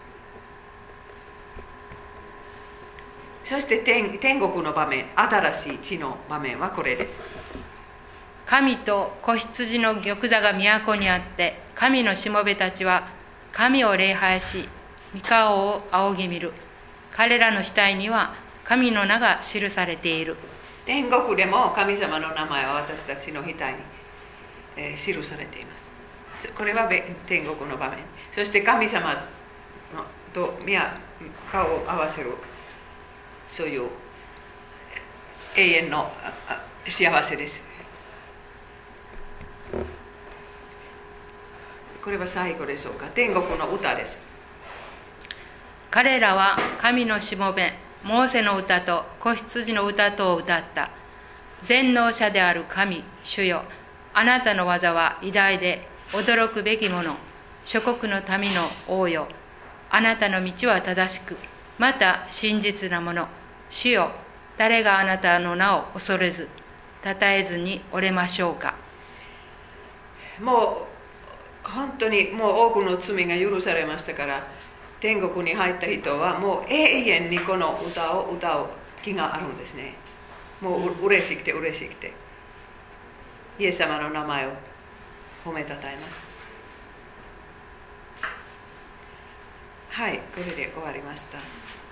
そして天国の場面、新しい地の場面はこれです。 神と子羊の玉座が都にあって、神のしもべたちは神を礼拝し、御顔を仰ぎ見る。彼らの額には神の名が記されている。 天国でも神様の名前は私たちの額に、記されています。これは天国の場面。そして神様と顔を合わせる、そういう永遠の幸せです。これは最後でしょうか。天国の歌です。 彼らは神のしもべ、モーセの歌と子羊の歌とを歌った。全能者である神、主よ、あなたの技は偉大で驚くべきもの。諸国の民の王よ、あなたの道は正しく、また真実なもの。主よ、誰があなたの名を恐れず、称えずにおれましょうか。 もう本当にもう多くの罪が許されましたから、天国に入った人はもう永遠にこの歌を歌う気があるんですね。もう嬉しくて嬉しくて、イエス様の名前を褒めたたえます。はい、これで終わりました。